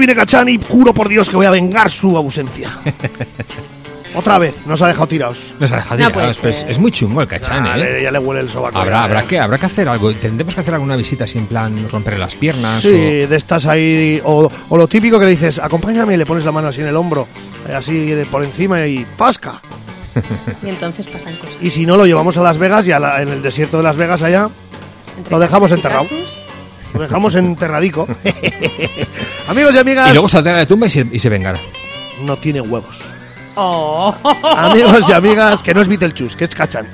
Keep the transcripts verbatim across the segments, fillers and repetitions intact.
viene Cachán y juro por Dios que voy a vengar su ausencia. Otra vez, nos ha dejado tirados. Nos ha dejado No tirados, puede pues ser. es muy chungo el Cachán, Ah, ¿eh? Ya le huele el sobaco. Habrá, ya, habrá, eh. que, habrá que hacer algo. Tendremos que hacer alguna visita así en plan romper las piernas. Sí, de estas ahí. O, o lo típico que le dices, acompáñame y le pones la mano así en el hombro, eh, así por encima y ¡fasca! Y entonces pasan cosas. Y si no, lo llevamos a Las Vegas y a la- en el desierto de Las Vegas allá Entre lo dejamos cactus y enterrado. cactus. lo dejamos enterradico. Amigos y O... amigas, Y luego saldrá de la tumba y se, y se vengará. no tiene huevos. Oh. Amigos y amigas, que no es Beetlejuice, que es Cachán.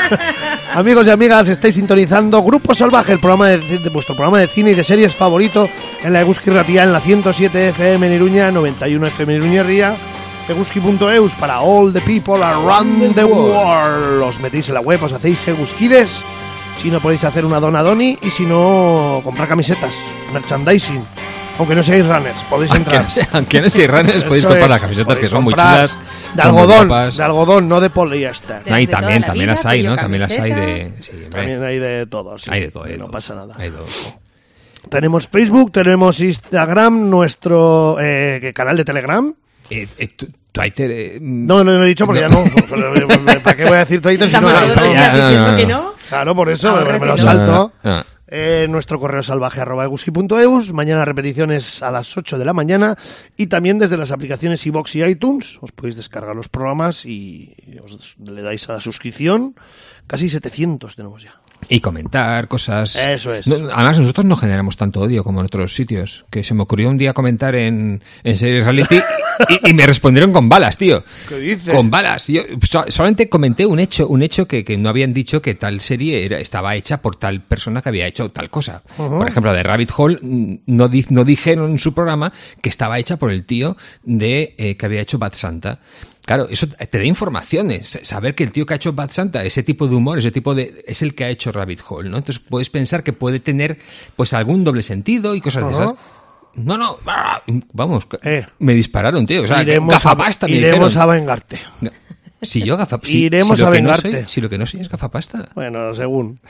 Amigos y amigas, estáis sintonizando Grupo Salvaje, el programa de, de vuestro programa de cine y de series favorito en la Eguski Ratia, en la ciento siete F M en Iruña, noventa y uno F M en Iruña Ría, eguski punto eus para all the people around the world. Os metéis en la web, os hacéis eguskides. Si no podéis hacer una dona doni y si no, comprar camisetas, merchandising. Aunque no seáis runners, podéis Aunque entrar. no, sea, aunque no seáis runners, podéis Eso comprar es, las camisetas que podéis son muy comprar chulas. De son muy algodón, guapas. de algodón, no de poliéster. De- No, y de toda también, la también vida, las hay, ¿no? pillo También las hay de... camiseta. Sí, hombre. También hay de todo, sí. Hay de todo. hay de No todo. pasa nada. Hay de todo. Tenemos Facebook, tenemos Instagram, nuestro eh, canal de Telegram. Eh, eh, tu- Twitter... eh, No, no lo he dicho porque No. ya no. ¿Para qué voy a decir Twitter si no? Estamos todos los días no, no, diciendo no, que no. no. Claro, por eso me, me lo Ahórratelo. salto. No, no. Eh, nuestro correo salvaje arroba eguski punto eus. Mañana repeticiones a las ocho de la mañana. Y también desde las aplicaciones iVoox y iTunes os podéis descargar los programas y os le dais a la suscripción. Casi setecientos tenemos ya. Y comentar cosas. Eso es. No, además, nosotros no generamos tanto odio como en otros sitios. Que se me ocurrió un día comentar en, en Series Reality y, y me respondieron con balas, tío. ¿Qué dices? Con balas. Yo so- solamente comenté un hecho, un hecho que, que no habían dicho que tal serie era, estaba hecha por tal persona que había hecho tal cosa. Ujú. Por ejemplo, de Rabbit Hole mm, no, di- no dijeron en su programa que estaba hecha por el tío de eh, que había hecho Bad Santa. Claro, eso te da informaciones, saber que el tío que ha hecho Bad Santa, ese tipo de humor, ese tipo de, es el que ha hecho Rabbit Hole, ¿no? Entonces puedes pensar que puede tener, pues, algún doble sentido y cosas de Ajá. esas. No, no, vamos, Eh. me dispararon, tío. O sea, iremos gafapasta a, me iremos dijeron. a vengarte. Si yo gafa, si, Iremos si lo a que no vengarte. soy- si lo que no soy es gafapasta. Bueno, según.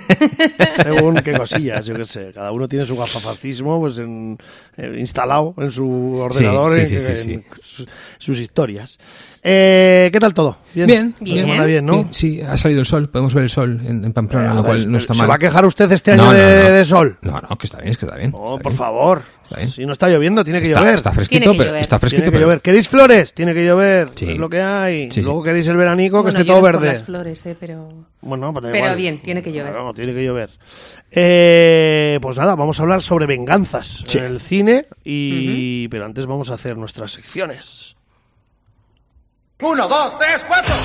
según qué cosillas, yo qué sé. Cada uno tiene su gafafascismo pues en, eh, instalado en su ordenador, sí, en, sí, sí, en sí. sus, sus historias. Eh, ¿Qué tal todo? Bien, La bien. semana bien, ¿no? Bien, sí, ha salido el sol, podemos ver el sol en, en Pamplona, Eh, a lo ver, cual no está ¿Se mal. va a quejar usted este año No, no, de, no. de sol? No, no, que está bien, es que está bien. Oh, está por bien. favor. Está bien. Si no está lloviendo, tiene que Está, llover. está fresquito, Tiene que pero llover. está fresquito, Tiene que pero llover. ¿Queréis flores? Tiene que llover. Sí. Es lo que hay. Sí, sí. Luego queréis el veranico que Bueno, esté yo todo no es por verde. las flores, eh, pero... Bueno, pues da Pero igual. bien, tiene que llover. Claro, tiene que llover. Eh, pues nada, vamos a hablar sobre venganzas Sí. en el cine, y pero antes vamos a hacer nuestras secciones. Uno, dos, tres, cuatro.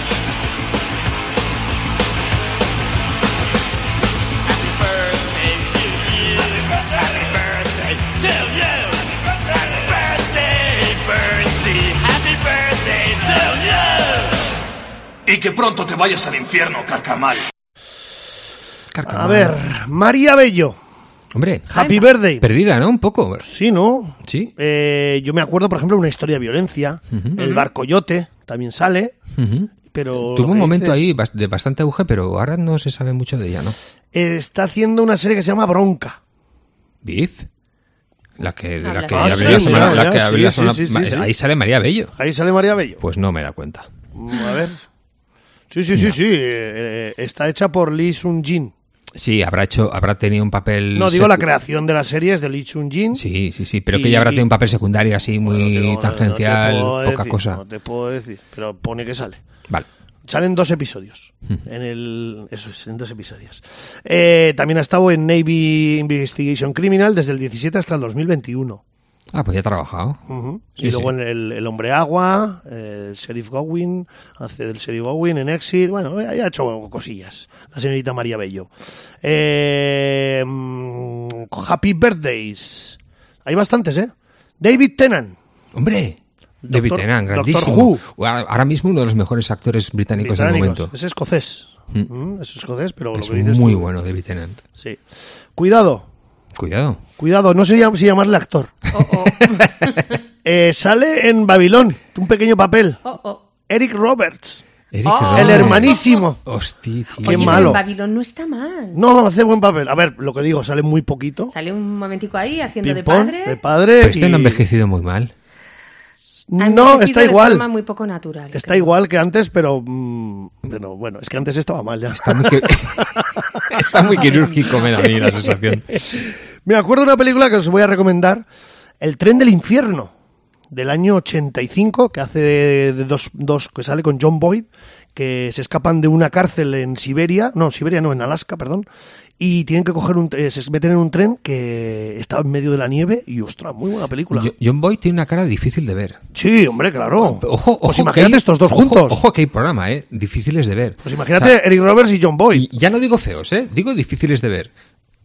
Y que pronto te vayas al infierno, carcamal. Carcamal. A ver, María Bello, Hombre, Happy Birthday. perdida, ¿no? Un poco. Sí, ¿no? Sí. Eh, yo me acuerdo, por ejemplo, de una historia de violencia. El Barcoyote también sale, Ujú. pero... lo Tuvo que un momento dices, ahí bas- de bastante auge, pero ahora no se sabe mucho de ella, ¿no? Está haciendo una serie que se llama Bronca. Beef. La que, de la Habla que Ah, hablé sí, la semana, ya, la ya, que hablé sí, la sí, semana- sí, sí, ma- sí. ahí sale María Bello. Ahí sale María Bello. Pues no me da cuenta. A ver. Sí, sí, sí, sí. eh, está hecha por Lee Sun-jin. Sí, habrá hecho, habrá tenido un papel. No, digo la secu- creación de la serie es de Lee Sun-jin. Sí, sí, sí, pero que Y- ella habrá tenido un papel secundario así muy Bueno, que no- tangencial, no te puedo poca decir, cosa. No te puedo decir, pero pone que sale. Vale. Salen dos episodios. En el, eso es, en dos episodios. Eh, también ha estado en Navy Investigation Criminal desde el diecisiete hasta el dos mil veintiuno. Ah, pues ya ha trabajado. Ujú. Sí, y luego sí. en el, el Hombre Agua, eh, el Sheriff Gowin, hace del Sheriff Gowin en Exit. Bueno, ya ha hecho cosillas. La señorita María Bello. Eh, mm, Happy Birthdays. Hay bastantes, ¿eh? David Tennant. Hombre, David Doctor- Tennant, Doctor grandísimo. Ahora ahora mismo uno de los mejores actores británicos del Británicos. momento. Es escocés. Mm. Mm, es escocés, pero Es lo que dices muy tú- bueno David Tennant. Sí. Cuidado, Cuidado. cuidado, no sé llam- si llamarle actor. Oh, oh, Eh, sale en Babilón, un pequeño papel. oh, oh. Eric Roberts. Eric Oh. Roberts. El hermanísimo. Hostia, tío. Qué Oye, pero malo. en Babilón no está mal. No, hace buen papel. A ver, lo que digo, sale muy poquito. Sale un momentico ahí haciendo de Ping-pong, padre. de padre. Pero este y- no ha envejecido muy mal. Ha No, envejecido está de igual. forma muy poco natural. Está creo. igual que antes, pero, mm, pero bueno, es que antes estaba mal ya. Está muy, qui- está muy quirúrgico, me da a mí la sensación. Me acuerdo de una película que os voy a recomendar, El tren del infierno, del año ochenta y cinco, que hace de, de dos, dos, que sale con John Boyd, que se escapan de una cárcel en Siberia, no, Siberia no, en Alaska, perdón, y tienen que coger un, eh, se meten en un tren que está en medio de la nieve y, ostras, muy buena película. Jo- John Boyd tiene una cara difícil de ver. Sí, hombre, claro. Ojo, ojo. Pues que imagínate hay- estos dos ojo- juntos. Ojo, que hay programa, ¿eh? Difíciles de ver. Pues imagínate O sea, Eric Roberts y John Boyd. y ya no digo feos, ¿eh? Digo difíciles de ver.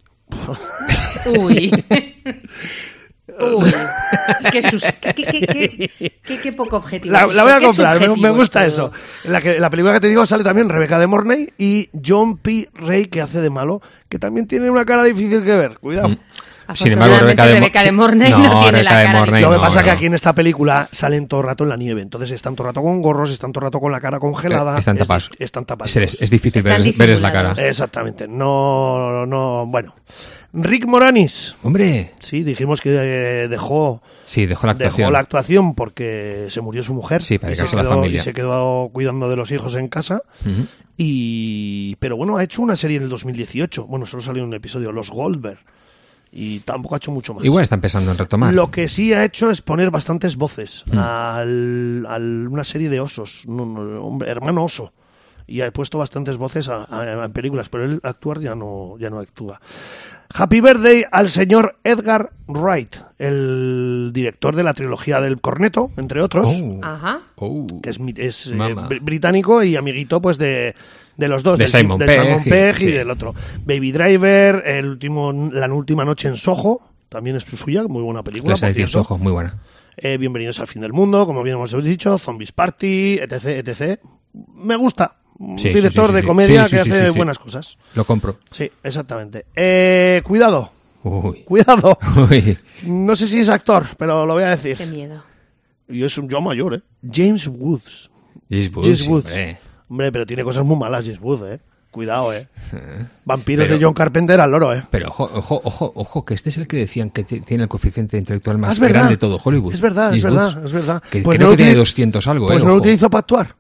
Uy. Uy. Qué, sus... qué, qué, qué, qué, qué- qué poco objetivo. La, la voy a Qué comprar, me, me subjetivo gusta es todo. eso. La, que, la película que te digo sale también Rebecca de Mornay y John P. Reilly, que hace de malo, que también tiene una cara difícil que ver. Cuidado. Mm. Sin embargo, Rebeca de, Mo- Rebeca de sí- Mornay no, tiene Rebeca la de cara Mornay Lo que no, pasa es que no. aquí en esta película salen todo el rato en la nieve. Entonces están todo el rato con gorros, están todo el rato con la cara congelada. Eh, están es- tapados. Están tapados. Es, es difícil Están ver, verles la cara. disimulados. Exactamente. No, no, bueno. Rick Moranis. Hombre, Sí, dijimos que eh, dejó, sí, dejó la actuación. dejó la actuación porque se murió su mujer. Sí, para y se dedicarse a la quedó- familia. Y se quedó cuidando de los hijos en casa. Ujú. Y pero bueno, ha hecho una serie en el dos mil dieciocho. Bueno, solo salió un episodio, Los Goldberg. Y tampoco ha hecho mucho más. Igual está empezando en retomar. Lo que sí ha hecho es poner bastantes voces al, al- una serie de osos, no, no, hombre, hermano oso. Y ha puesto bastantes voces a, a- en películas, pero él actuar ya no, ya no actúa. Happy birthday al señor Edgar Wright, el director de la trilogía del Corneto, entre otros, Oh. Ajá. Oh. que es, mi- es eh, Mama. br- británico y amiguito pues de, de los dos, De del- Simon del Pegg Simon y- Pegg y sí. del otro. Baby Driver, el último, la última noche en Soho, también es suya, muy buena película. La por estancia en cierto. Soho, muy buena. Eh, Bienvenidos al fin del mundo, como bien hemos dicho, Zombies Party, etc, etcétera. Me gusta. Un Sí, sí, director sí, sí, de sí. comedia Sí, sí, que sí, hace sí, sí. buenas cosas. Lo compro. Sí, exactamente. Eh, cuidado, Uy. cuidado. Uy. No sé si es actor, pero lo voy a Qué decir. miedo. Y es un yo mayor, ¿eh? James Woods. James Woods, James Woods. hombre. Hombre, pero tiene cosas muy malas James Woods, ¿eh? Cuidado, ¿eh? Vampiros Pero- de John Carpenter al loro, ¿eh? Pero ojo, ojo, ojo, ojo, que este es el que decían que t- tiene el coeficiente intelectual Ah, más es verdad. grande de todo Hollywood. Es verdad, es James verdad, Woods. es verdad. Que Pues creo no que lo tiene utiliz- doscientos algo, Pues eh. no lo ojo. utilizo para actuar.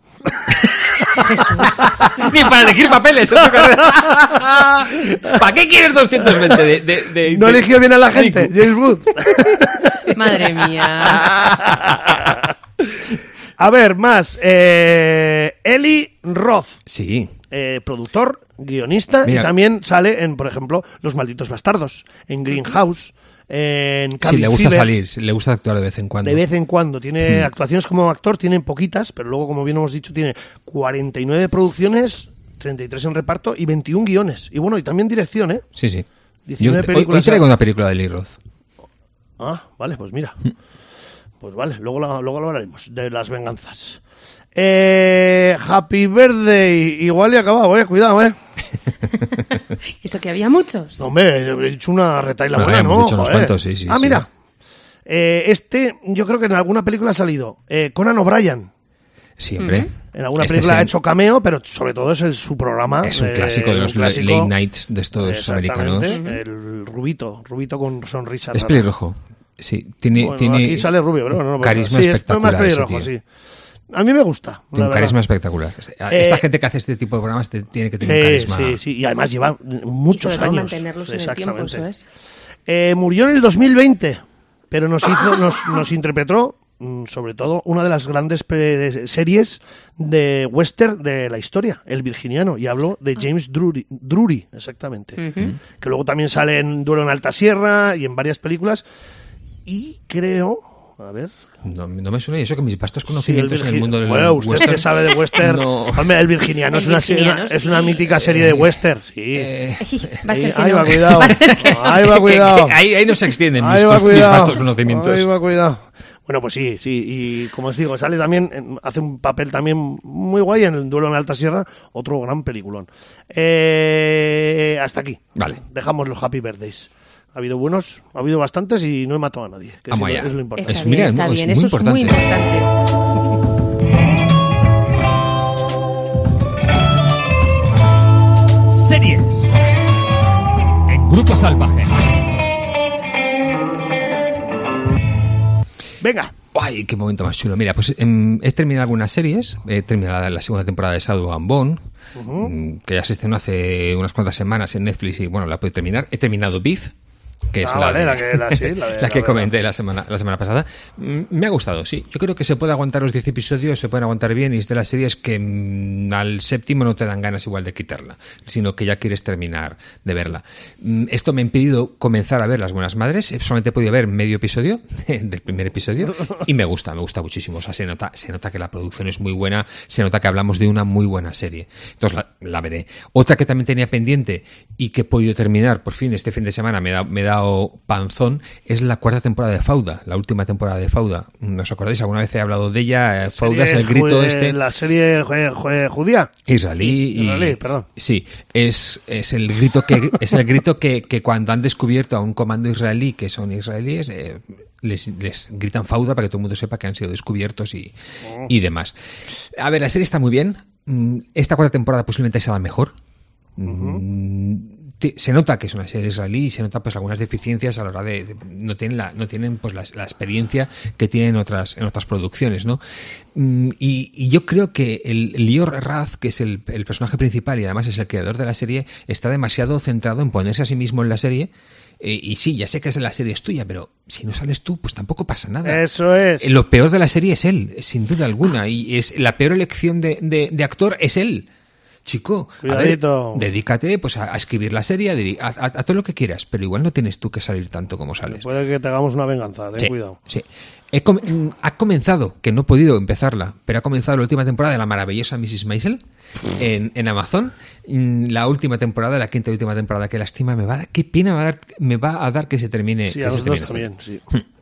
Ni para elegir papeles en su carrera. ¿Para qué quieres doscientos veinte de, de, de- No de- eligió bien a la gente, Nico? James Woods. Madre mía. A ver, más. Eh, Eli Roth, Sí. eh, productor, guionista, Mira. y también sale en, por ejemplo, Los Malditos Bastardos, en Greenhouse, en Sí, Cabin le gusta Fever. salir, sí, le gusta actuar de vez en cuando. De vez en cuando. Tiene Hmm. actuaciones como actor, tiene poquitas, pero luego, como bien hemos dicho, tiene cuarenta y nueve producciones, treinta y tres en reparto y veintiún guiones. Y bueno, y también dirección, ¿eh? Sí, sí. Yo, diecinueve hoy- hoy películas. traigo una película de Lee Roth. Ah, vale, pues mira. Hmm. Pues vale, luego, la- luego lo hablaremos de las venganzas. Eh, Happy Birthday. Igual y acabado, eh. Cuidado, eh. ¿Y eso que había muchos? No, hombre, he dicho una retaila No, buena, hemos ¿no? dicho unos Joder. cuantos, sí, sí, Ah, sí. mira. Eh, este, yo creo que en alguna película ha salido. Eh, Conan O'Brien. Siempre. En alguna Este película es ha el- hecho cameo, pero sobre todo es el, su programa. Es un eh, clásico de los un clásico. late nights de estos Exactamente, americanos. El rubito, rubito con sonrisa. Es rara. pelirrojo. Sí, tiene, Bueno, tiene aquí sale rubio, pero no, no, carisma sí, es espectacular. más pelirrojo, ese tío. sí. A mí me gusta. Tiene la un carisma verdad. espectacular. Esta Eh, gente que hace este tipo de programas te- tiene que tener un Sí, carisma. sí, sí, y además lleva Y muchos sobre todo años. mantenerlos en el tiempo, eso es. Eh, murió en el dos mil veinte, pero nos hizo, nos, nos interpretó mm, sobre todo una de las grandes pe- series de western de la historia, El Virginiano, y habló de James Drury, Drury exactamente, Ujú. que luego también sale en Duelo en Alta Sierra y en varias películas, y creo, a ver, No, no me suena y eso que mis vastos sí, el conocimientos en el Virgin- mundo del bueno, usted western. que sabe de western, No. hombre, El Virginiano es El una, serie- Virginiano, es una sí. mítica serie de western, sí. Eh, Va a ser Sí, que ahí no. va, cuidado. Va a ser que- Ahí va, que- cuidado. que ahí, ahí no se extienden mis, Ahí va, mis cuidado. vastos conocimientos. Ahí va, cuidado. Bueno, pues sí, sí. Y como os digo, sale también, en- hace un papel también muy guay en El Duelo en Alta Sierra, otro gran peliculón. Eh, hasta aquí. Vale. Dejamos los Happy Birthdays. Ha habido buenos, ha habido bastantes y no he matado a nadie. Que Vamos es, lo- allá. es lo importante. Está Es- bien, mira, está es bien. muy Eso importante. es muy importante. Series en Grupo Salvaje. Venga. ¡Ay, qué momento más chulo! Mira, pues eh, he terminado algunas series. He terminado la segunda temporada de Shadow and Bone, uh-huh. que ya se estrenó hace unas cuantas semanas en Netflix y bueno, la puedo terminar. He terminado Beef, que es ah, la, vale, de, la que, la, sí, la, de, la la que de, comenté la semana, la semana pasada. Me ha gustado, sí. Yo creo que se puede aguantar los diez episodios, se pueden aguantar bien, y es de las series que mmm, al séptimo no te dan ganas igual de quitarla, sino que ya quieres terminar de verla. Esto me ha impedido comenzar a ver Las Buenas Madres. Solamente he podido ver medio episodio del primer episodio y me gusta, me gusta muchísimo. O sea, se nota, se nota que la producción es muy buena, se nota que hablamos de una muy buena serie. Entonces la, la veré. Otra que también tenía pendiente y que he podido terminar por fin este fin de semana, me he dado, me he dado panzón, es la cuarta temporada de Fauda, la última temporada de Fauda. ¿No os acordáis? Alguna vez he hablado de ella. Fauda es el grito judía, este. La serie judía. Israelí. Y, Israelí, perdón. Sí, es, es el grito que es el grito que, que cuando han descubierto a un comando israelí que son israelíes, eh, les, les gritan Fauda para que todo el mundo sepa que han sido descubiertos y, oh. y demás. A ver, la serie está muy bien. Esta cuarta temporada posiblemente sea la mejor. Uh-huh. Se nota que es una serie israelí y se nota pues algunas deficiencias a la hora de, de no tienen la no tienen pues la, la experiencia que tienen otras en otras producciones, ¿no? Y, y yo creo que el Lior Raz, que es el, el personaje principal y además es el creador de la serie, está demasiado centrado en ponerse a sí mismo en la serie. Eh, y sí, ya sé que la serie es tuya, pero si no sales tú, pues tampoco pasa nada. Eso es. Lo peor de la serie es él, sin duda alguna, y es la peor elección de, de, de actor es él. Chico, a ver, dedícate pues a, a escribir la serie, a, a, a todo lo que quieras, pero igual no tienes tú que salir tanto como sales. Puede que te hagamos una venganza, ten sí, cuidado. Sí. He com- ha comenzado, que no he podido empezarla, pero ha comenzado la última temporada de la maravillosa missus Maisel en, en Amazon. La última temporada, la quinta y última temporada, que lástima, me va a dar, qué pena me va a dar, me va a dar que se termine. Sí, que a se nosotros termine también, esta. sí.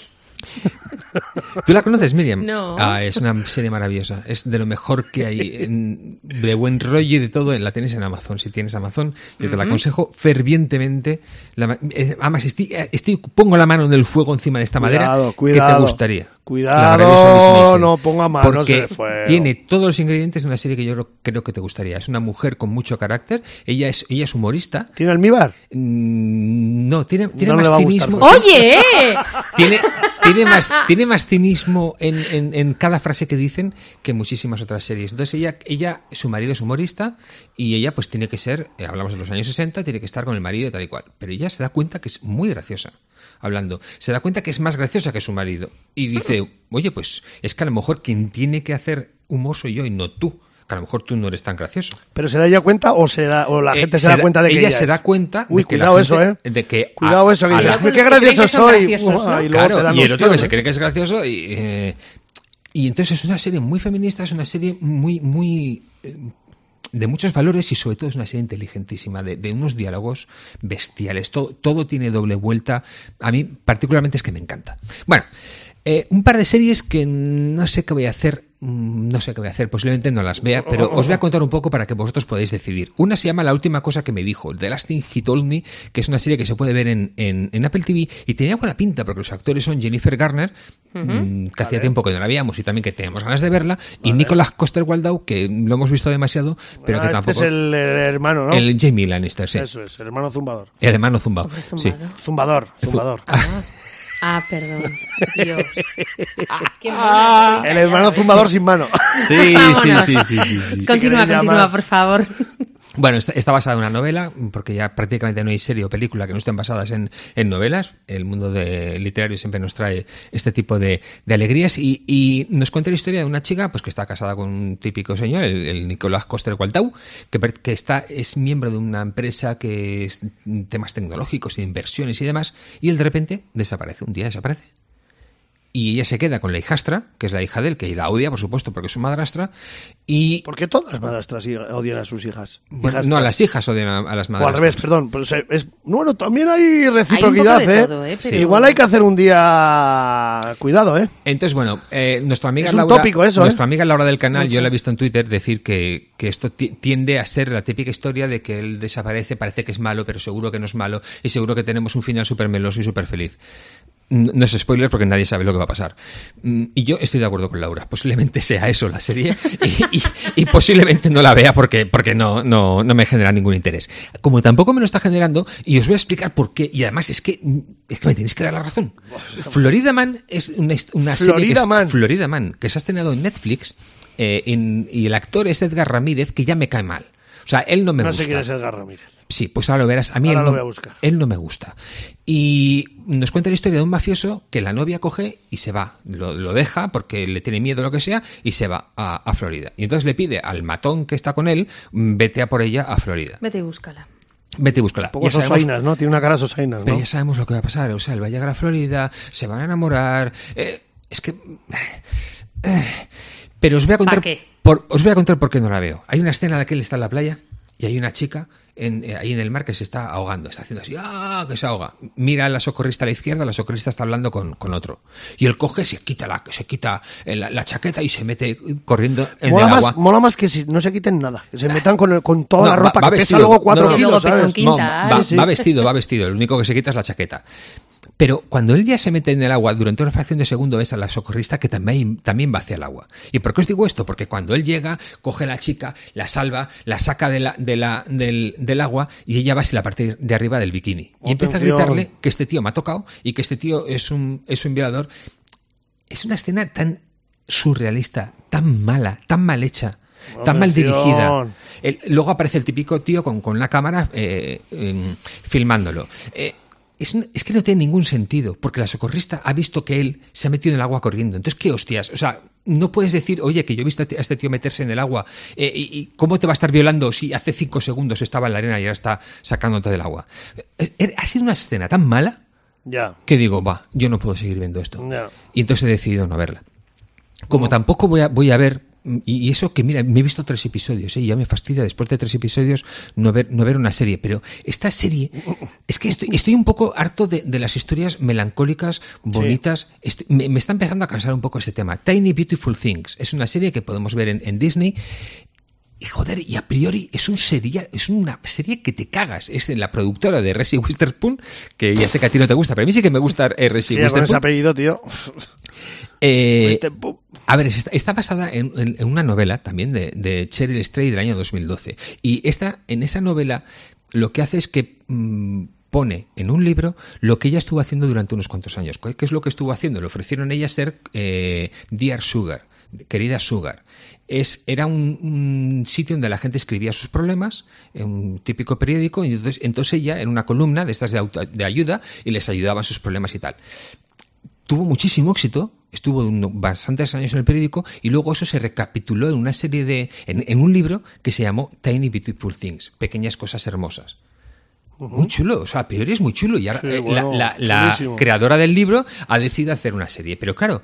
¿Tú la conoces, Miriam? No. Ah, es una serie maravillosa. Es de lo mejor que hay, en, de buen rollo y de todo. La tienes en Amazon. Si tienes Amazon, yo te la aconsejo fervientemente. La, eh, además, estoy, estoy, pongo la mano en el fuego encima de esta cuidado, madera cuidado, que te gustaría. Cuidado, no ponga manos porque en el fuego. Tiene todos los ingredientes de una serie que yo creo que te gustaría. Es una mujer con mucho carácter. Ella es, ella es humorista. ¿Tiene almíbar? Mm, no, tiene, tiene no más cinismo. ¡Oye! Tiene, tiene más, tiene más cinismo en, en, en cada frase que dicen que muchísimas otras series. Entonces ella, ella, su marido es humorista y ella pues tiene que ser, eh, hablamos de los años sesenta, tiene que estar con el marido tal y cual. Pero ella se da cuenta que es muy graciosa hablando. Se da cuenta que es más graciosa que su marido. Y dice, oye, pues es que a lo mejor quien tiene que hacer humor soy yo y no tú. Que a lo mejor tú no eres tan gracioso. ¿Pero se da ella cuenta o se da o la eh, gente se, se da cuenta de que ella, ella se es? da cuenta Uy, de que cuidado la eso, gente, ¿eh? de que cuidado a, eso, que a dices, la, qué gracioso soy. graciosos, ¿no? Y claro, y el otro que ¿eh? se cree que es gracioso y, eh, y entonces es una serie muy feminista, es una serie muy muy eh, de muchos valores y sobre todo es una serie inteligentísima, de, de unos diálogos bestiales, todo, todo tiene doble vuelta. A mí particularmente es que me encanta. Bueno, eh, un par de series que no sé qué voy a hacer, no sé qué voy a hacer, posiblemente no las vea, pero os voy a contar un poco para que vosotros podáis decidir. Una se llama La última cosa que me dijo, The Last Thing He Told Me, que es una serie que se puede ver en, en, en Apple T V y tenía buena pinta porque los actores son Jennifer Garner, uh-huh. mmm, que vale. hacía tiempo que no la veíamos y también que teníamos ganas de verla, vale. y Nicholas Coster-Waldau, que lo hemos visto demasiado, pero ah, que este tampoco... es el, el hermano, ¿no? El Jamie Lannister, sí. Eso es, el hermano zumbador. El hermano zumbado, sí. Zumbador, zumbador. Ah. Ah, perdón. Dios. Qué ah, el hermano zumbador sin mano. Sí, sí, sí, sí, sí, sí. Continúa, continúa, por favor. Bueno, está, está basada en una novela, porque ya prácticamente no hay serie o película que no estén basadas en, en novelas. El mundo de literario siempre nos trae este tipo de, de alegrías y, y nos cuenta la historia de una chica pues que está casada con un típico señor, el, el Nicolás Coster-Waldau, que, que está, es miembro de una empresa que es temas tecnológicos y de inversiones y demás, y él de repente desaparece, un día desaparece. Y ella se queda con la hijastra, que es la hija de él, que la odia, por supuesto, porque es su madrastra. Y ¿por qué todas las madrastras odian a sus hijas? Bueno, no, a las hijas odian a, a las madrastras. O al revés, perdón. Pues es, bueno, también hay reciprocidad, hay un poco de ¿eh? todo, ¿eh? Pero... Igual hay que hacer un día... Cuidado, ¿eh? Entonces, bueno, eh, nuestra amiga es un Laura... tópico eso, nuestra ¿eh? amiga Laura del canal, Mucho. Yo la he visto en Twitter decir que, que esto tiende a ser la típica historia de que él desaparece, parece que es malo, pero seguro que no es malo, y seguro que tenemos un final súper meloso y súper feliz. No es spoiler porque nadie sabe lo que va a pasar. Y yo estoy de acuerdo con Laura. Posiblemente sea eso la serie y, y, y posiblemente no la vea porque, porque no, no, no me genera ningún interés. Como tampoco me lo está generando, y os voy a explicar por qué. Y además es que, es que me tenéis que dar la razón. Florida Man es una, una serie Florida que, Man. es, Florida Man, que se ha estrenado en Netflix eh, en, y el actor es Edgar Ramírez, que ya me cae mal. O sea, él no me no gusta. sé quién es Edgar Ramírez. Sí, pues ahora lo verás. A mí Ahora él lo no, voy a buscar. él no me gusta. Y nos cuenta la historia de un mafioso que la novia coge y se va. Lo, lo deja porque le tiene miedo o lo que sea y se va a, a Florida. Y entonces le pide al matón que está con él, vete a por ella a Florida. Vete y búscala. Vete y búscala. Un poco Ya sabemos- Sosainas, ¿no? Tiene una cara Sosainas, pero ¿no? ya sabemos lo que va a pasar. O sea, él va a llegar a Florida, se van a enamorar. Eh, es que. eh, pero os voy a contar. ¿Pa qué? Por, os voy a contar por qué no la veo. Hay una escena en la que él está en la playa y hay una chica en, eh, ahí en el mar que se está ahogando. Está haciendo así, ¡ah! Que se ahoga. Mira a la socorrista a la izquierda, la socorrista está hablando con, con otro. Y él coge, se quita la, se quita la, la chaqueta y se mete corriendo en Mola el más, agua. mola más que si no se quiten nada. Que se metan con, el- con toda No, la va- ropa va que vestido. pesa luego cuatro No, no, kilos, luego pesa ¿sabes? un kilo. No, Quintal. va, Sí, sí. va vestido, va vestido. Lo único que se quita es la chaqueta. Pero cuando él ya se mete en el agua, durante una fracción de segundo ves a la socorrista que también, también va hacia el agua. ¿Y por qué os digo esto? Porque cuando él llega, coge a la chica, la salva, la saca de la, de la, del, del agua y ella va hacia la parte de arriba del bikini. Y empieza a Atención. gritarle que este tío me ha tocado y que este tío es un, es un violador. Es una escena tan surrealista, tan mala, tan mal hecha. Tan mal Atención. dirigida. El- luego aparece el típico tío con, con la cámara eh, em, filmándolo. Eh, es, un- es que no tiene ningún sentido, porque la socorrista ha visto que él se ha metido en el agua corriendo. Entonces, ¿qué hostias? O sea, no puedes decir, oye, que yo he visto a este tío meterse en el agua. Eh, y, y cómo te va a estar violando si hace cinco segundos estaba en la arena y ahora está sacándote del agua? Eh, eh, ha sido una escena tan mala Ya. que digo, va, yo no puedo seguir viendo esto. Ya. Y entonces he decidido no verla. Como tampoco voy a, voy a ver, y, y eso que mira, me he visto tres episodios, ¿eh? Y ya me fastidia después de tres episodios no ver, no ver una serie, pero esta serie, es que estoy, estoy un poco harto de, de las historias melancólicas, bonitas, Estoy- me, me está empezando a cansar un poco ese tema. Tiny Beautiful Things es una serie que podemos ver en, en Disney. Y joder, y a priori es un serie, es una serie que te cagas. Es la productora de Reese Witherspoon, que ya sé que a ti no te gusta, pero a mí sí que me gusta eh, Reese Sí, con ese Witherspoon. apellido, tío. Eh, Witherspoon. a ver, está, está basada en, en- en una novela también de, de Cheryl Stray del año dos mil doce. Y esta, en esa novela lo que hace es que mm, pone en un libro lo que ella estuvo haciendo durante unos cuantos años. ¿Qué es lo que estuvo haciendo? Le ofrecieron a ella ser eh, Dear Sugar, querida Sugar. Es, era un, un sitio donde la gente escribía sus problemas, en un típico periódico, y entonces, entonces ella en una columna de estas de, auto- de ayuda y les ayudaba en sus problemas y tal. Tuvo muchísimo éxito, estuvo un- bastantes años en el periódico y luego eso se recapituló en una serie de, en, en un libro que se llamó Tiny Beautiful Things, Pequeñas Cosas Hermosas. Muy chulo, o sea, a priori es muy chulo y ahora Sí, eh, bueno, la, la- la chulísimo. creadora del libro ha decidido hacer una serie, pero claro,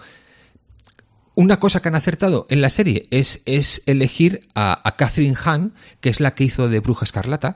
una cosa que han acertado en la serie es, es elegir a, a Catherine Hahn, que es la que hizo de Bruja Escarlata.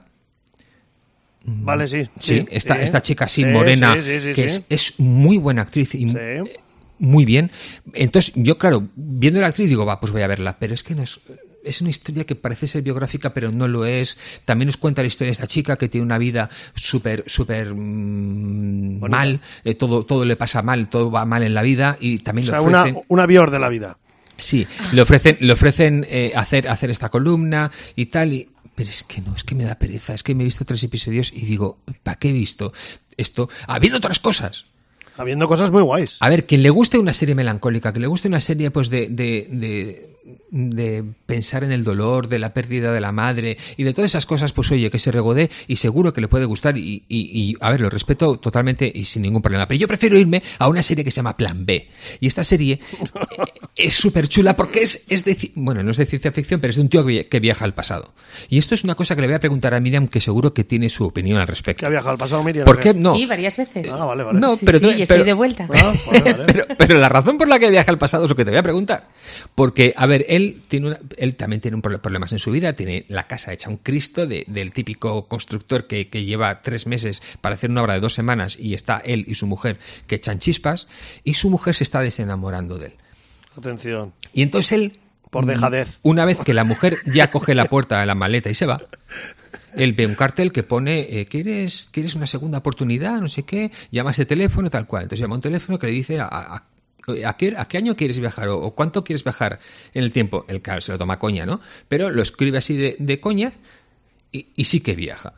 Vale, sí. Sí, esta, sí. esta chica así Sí, morena, sí, sí, sí, que sí. Es, es muy buena actriz y Sí. eh, muy bien. Entonces, yo, claro, viendo la actriz digo, va, pues voy a verla, pero es que no es. Es una historia que parece ser biográfica, pero no lo es. También nos cuenta la historia de esta chica que tiene una vida súper, súper mm, Bonita. mal. Eh, todo, todo le pasa mal, todo va mal en la vida y O también sea, le una, ofrecen. una bior de la vida. Sí, le ofrecen, le ofrecen eh, hacer, hacer esta columna y tal, y, pero es que no, es que me da pereza, es que me he visto tres episodios y digo, ¿para qué he visto esto? Habiendo otras cosas. Habiendo cosas muy guays. A ver, quien le guste una serie melancólica, que le guste una serie pues de, de, de, de pensar en el dolor, de la pérdida de la madre y de todas esas cosas, pues oye, que se regodee y seguro que le puede gustar y, y, y a ver, lo respeto totalmente y sin ningún problema. Pero yo prefiero irme a una serie que se llama Plan B. Y esta serie eh, es súper chula porque es, es de, ci- bueno, no es de ciencia ficción, pero es de un tío que, vi- que viaja al pasado. Y esto es una cosa que le voy a preguntar a Miriam, que seguro que tiene su opinión al respecto. Que ha viajado al pasado, Miriam. ¿Por ¿o qué no? Sí, varias veces. Ah, vale, vale. No, Sí, pero, sí, tú- y estoy pero- de vuelta. Ah, vale, vale. pero, pero la razón por la que viaja al pasado es lo que te voy a preguntar. Porque, a ver, él tiene una- él también tiene un pro- problemas en su vida, tiene la casa hecha un Cristo de- del típico constructor que, que lleva tres meses para hacer una obra de dos semanas y está él y su mujer que echan chispas y su mujer se está desenamorando de él. Atención. Y entonces él Por dejadez. Una vez que la mujer ya coge la puerta de la maleta y se va, él ve un cartel que pone, eh, ¿quieres, ¿quieres una segunda oportunidad? No sé qué, llama a ese teléfono, tal cual. Entonces llama a un teléfono que le dice a, a, a, qué, a qué año quieres viajar o, o cuánto quieres viajar en el tiempo. El claro, se lo toma coña, ¿no? Pero lo escribe así de, de coña y, y sí que viaja.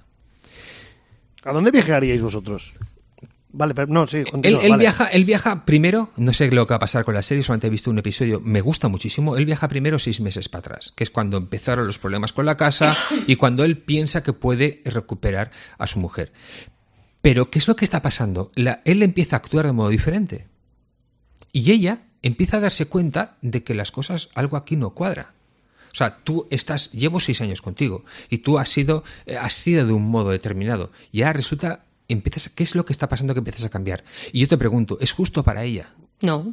¿A dónde viajaríais vosotros? Vale, pero no, sí, Él, continúa, él vale. viaja, él viaja primero, no sé lo que va a pasar con la serie, solamente he visto un episodio, me gusta muchísimo. Él viaja primero seis meses para atrás, que es cuando empezaron los problemas con la casa y cuando él piensa que puede recuperar a su mujer. Pero, ¿qué es lo que está pasando? La, él empieza a actuar de modo diferente. Y ella empieza a darse cuenta de que las cosas, algo aquí no cuadra. O sea, tú estás, llevo seis años contigo y tú has sido, has sido de un modo determinado. Y ahora resulta, empiezas, ¿qué es lo que está pasando que empiezas a cambiar? Y yo te pregunto, ¿es justo para ella? No.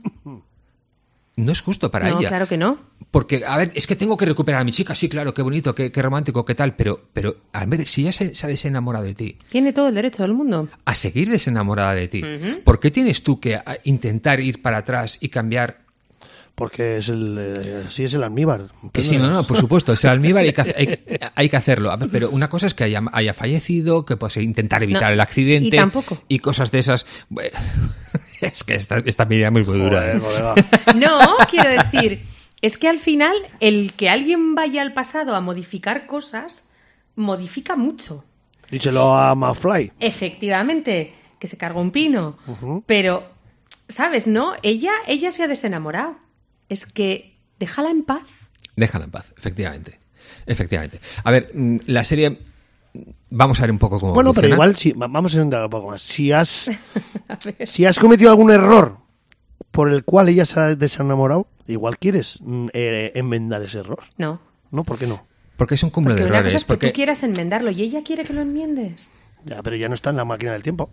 No es justo para No, ella. claro que no. Porque, a ver, es que tengo que recuperar a mi chica, sí, claro, qué bonito, qué, qué romántico, qué tal, pero, pero a ver, si ella se, se ha desenamorado de ti, Tiene todo el derecho del mundo. a seguir desenamorada de ti, Ujú. ¿por qué tienes tú que a, intentar ir para atrás y cambiar? Porque es el, eh, sí es el almíbar. Que sí, no, no, por supuesto, es el almíbar y hay que, hacer- hay, que- hay que hacerlo. A ver, pero una cosa es que haya, haya fallecido, que pues intentar evitar No, el accidente y tampoco. y cosas de esas. Bueno, es que esta, esta mirada es muy dura. Joder, ¿eh? colega. No, quiero decir, es que al final el que alguien vaya al pasado a modificar cosas, modifica mucho. Díselo a McFly. Efectivamente, que se carga un pino. Ujú. Pero, ¿sabes, no? Ella, ella se ha desenamorado. Es que déjala en paz. Déjala en paz, efectivamente. Efectivamente. A ver, mm, la serie. Vamos a ver un poco cómo. Bueno, pero evoluciona. igual, sí, va- vamos a intentar un poco más. Si has, A ver. si has cometido algún error por el cual ella se ha desenamorado, igual quieres mm, eh, enmendar ese error. No. ¿No? ¿Por qué no? Porque es un cúmulo Porque de una cosa errores. es que Porque tú quieras enmendarlo y ella quiere que lo enmiendes. Ya, pero ya no está en la máquina del tiempo.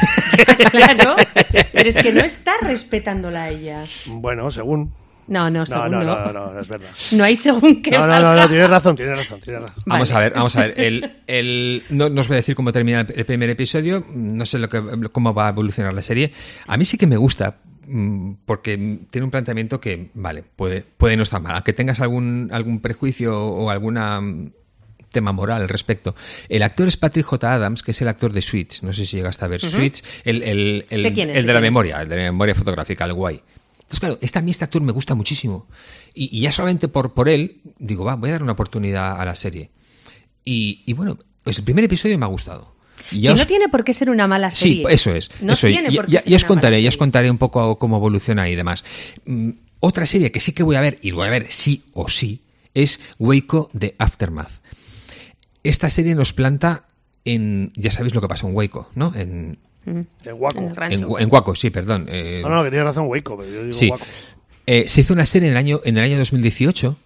Claro, pero es que no está respetándola a ella. Bueno, según. No, no, No, según no, no. no, no, no, es verdad. No hay según qué. No, no, no, valga. no, tienes razón, tienes razón, tienes razón. Vamos Vale. a ver, vamos a ver. El, el, no, no os voy a decir cómo termina el, el primer episodio, no sé lo que, cómo va a evolucionar la serie. A mí sí que me gusta, mm, porque tiene un planteamiento que, vale, puede, puede no estar mal. Aunque tengas algún, algún prejuicio o alguna mm, tema moral al respecto. El actor es Patrick J. Adams, que es el actor de Switch. No sé si llegaste a ver Switch. El, el, el, ¿Sé quién es? el ¿Sé de la quién es? memoria, el de la memoria fotográfica, el guay. Entonces, claro, este, a mí este actor me gusta muchísimo. Y, y ya solamente por, por él, digo, va, voy a dar una oportunidad a la serie. Y, y bueno, pues el primer episodio me ha gustado. Y Si ya os- no tiene por qué ser una mala Sí, serie. eso es. No eso es. tiene Ya, por qué ya- ser ya os una contaré, mala ya os serie. contaré un poco cómo evoluciona y demás. Mm, otra serie que sí que voy a ver, y voy a ver sí o sí, es Waco de Aftermath. Esta serie nos planta en... Ya sabéis lo que pasó en Waco, ¿no? En, El guaco. En el rancho. en, en Waco, sí, perdón. eh, No, no, que tienes razón, Waco, pero yo digo Sí. guaco. Eh, se hizo una serie en el año, en el año dos mil dieciocho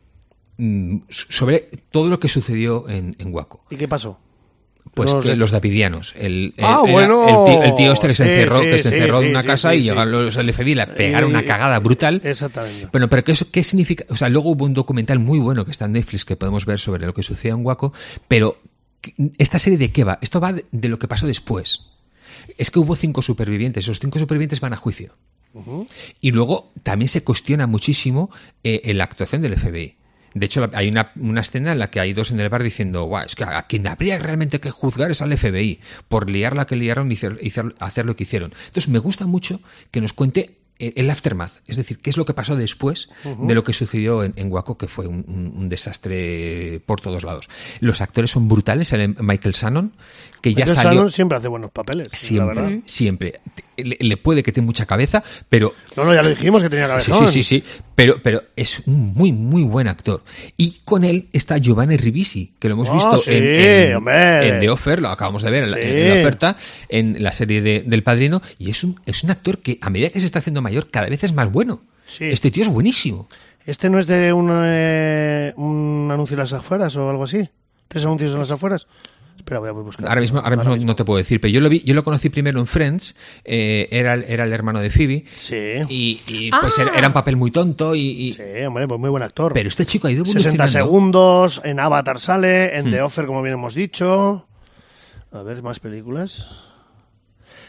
mm, sobre todo lo que sucedió en, en Waco. ¿Y qué pasó? Pues No que sé. los davidianos. El, el- Ah, era bueno. el, tío, el tío este que se Sí, encerró, sí, que se sí, encerró sí, en una sí, casa sí, y sí. llegaron los del F B I y le pegaron una Eh, cagada brutal. Exactamente. Bueno, pero ¿qué, eso, ¿qué significa? O sea, luego hubo un documental muy bueno que está en Netflix que podemos ver sobre lo que sucedió en Waco, pero ¿esta serie de qué va? Esto va de, de lo que pasó después. Es que hubo cinco supervivientes, esos cinco supervivientes van a juicio. Ujú. Y luego también se cuestiona muchísimo eh, en la actuación del F B I. De hecho, hay una, una escena en la que hay dos en el bar diciendo, guau, es que a quien habría realmente que juzgar es al F B I por liar la que liaron y hacer, y hacer- hacer lo que hicieron. Entonces, me gusta mucho que nos cuente el el aftermath, es decir, qué es lo que pasó después de lo que sucedió en, en Waco, que fue un, un- un desastre por todos lados. Los actores son brutales, el Michael Shannon, que ya Michael salió... Shannon siempre hace buenos papeles, la Siempre, verdad. siempre. Le, le puede que tenga mucha cabeza, pero No, no, ya lo dijimos que tenía Sí, cabezón. sí, sí, sí, pero, pero es un muy, muy buen actor. Y con él está Giovanni Ribisi, que lo hemos Ah, visto sí, en, en, hombre. en The Offer, lo acabamos de ver en, la, Sí. en la oferta, en la serie de- del Padrino, y es un, es un actor que a medida que se está haciendo mayor cada vez es más bueno. Sí. Este tío es buenísimo. ¿Este no es de un, eh, un anuncio en las afueras o algo así? ¿Tres anuncios en las afueras? Espera, voy a buscar. Ahora mismo, ahora mismo no te puedo decir, pero yo lo vi, yo lo conocí primero en Friends, eh, era, el- era el hermano de Phoebe, Sí. y, y, pues Ah. era, era un papel muy tonto, y, y- Sí, hombre, pues muy buen actor. pero este chico ha ido sesenta evolucionando. segundos, en Avatar sale, Hmm. en The Offer, como bien hemos dicho. A ver, más películas.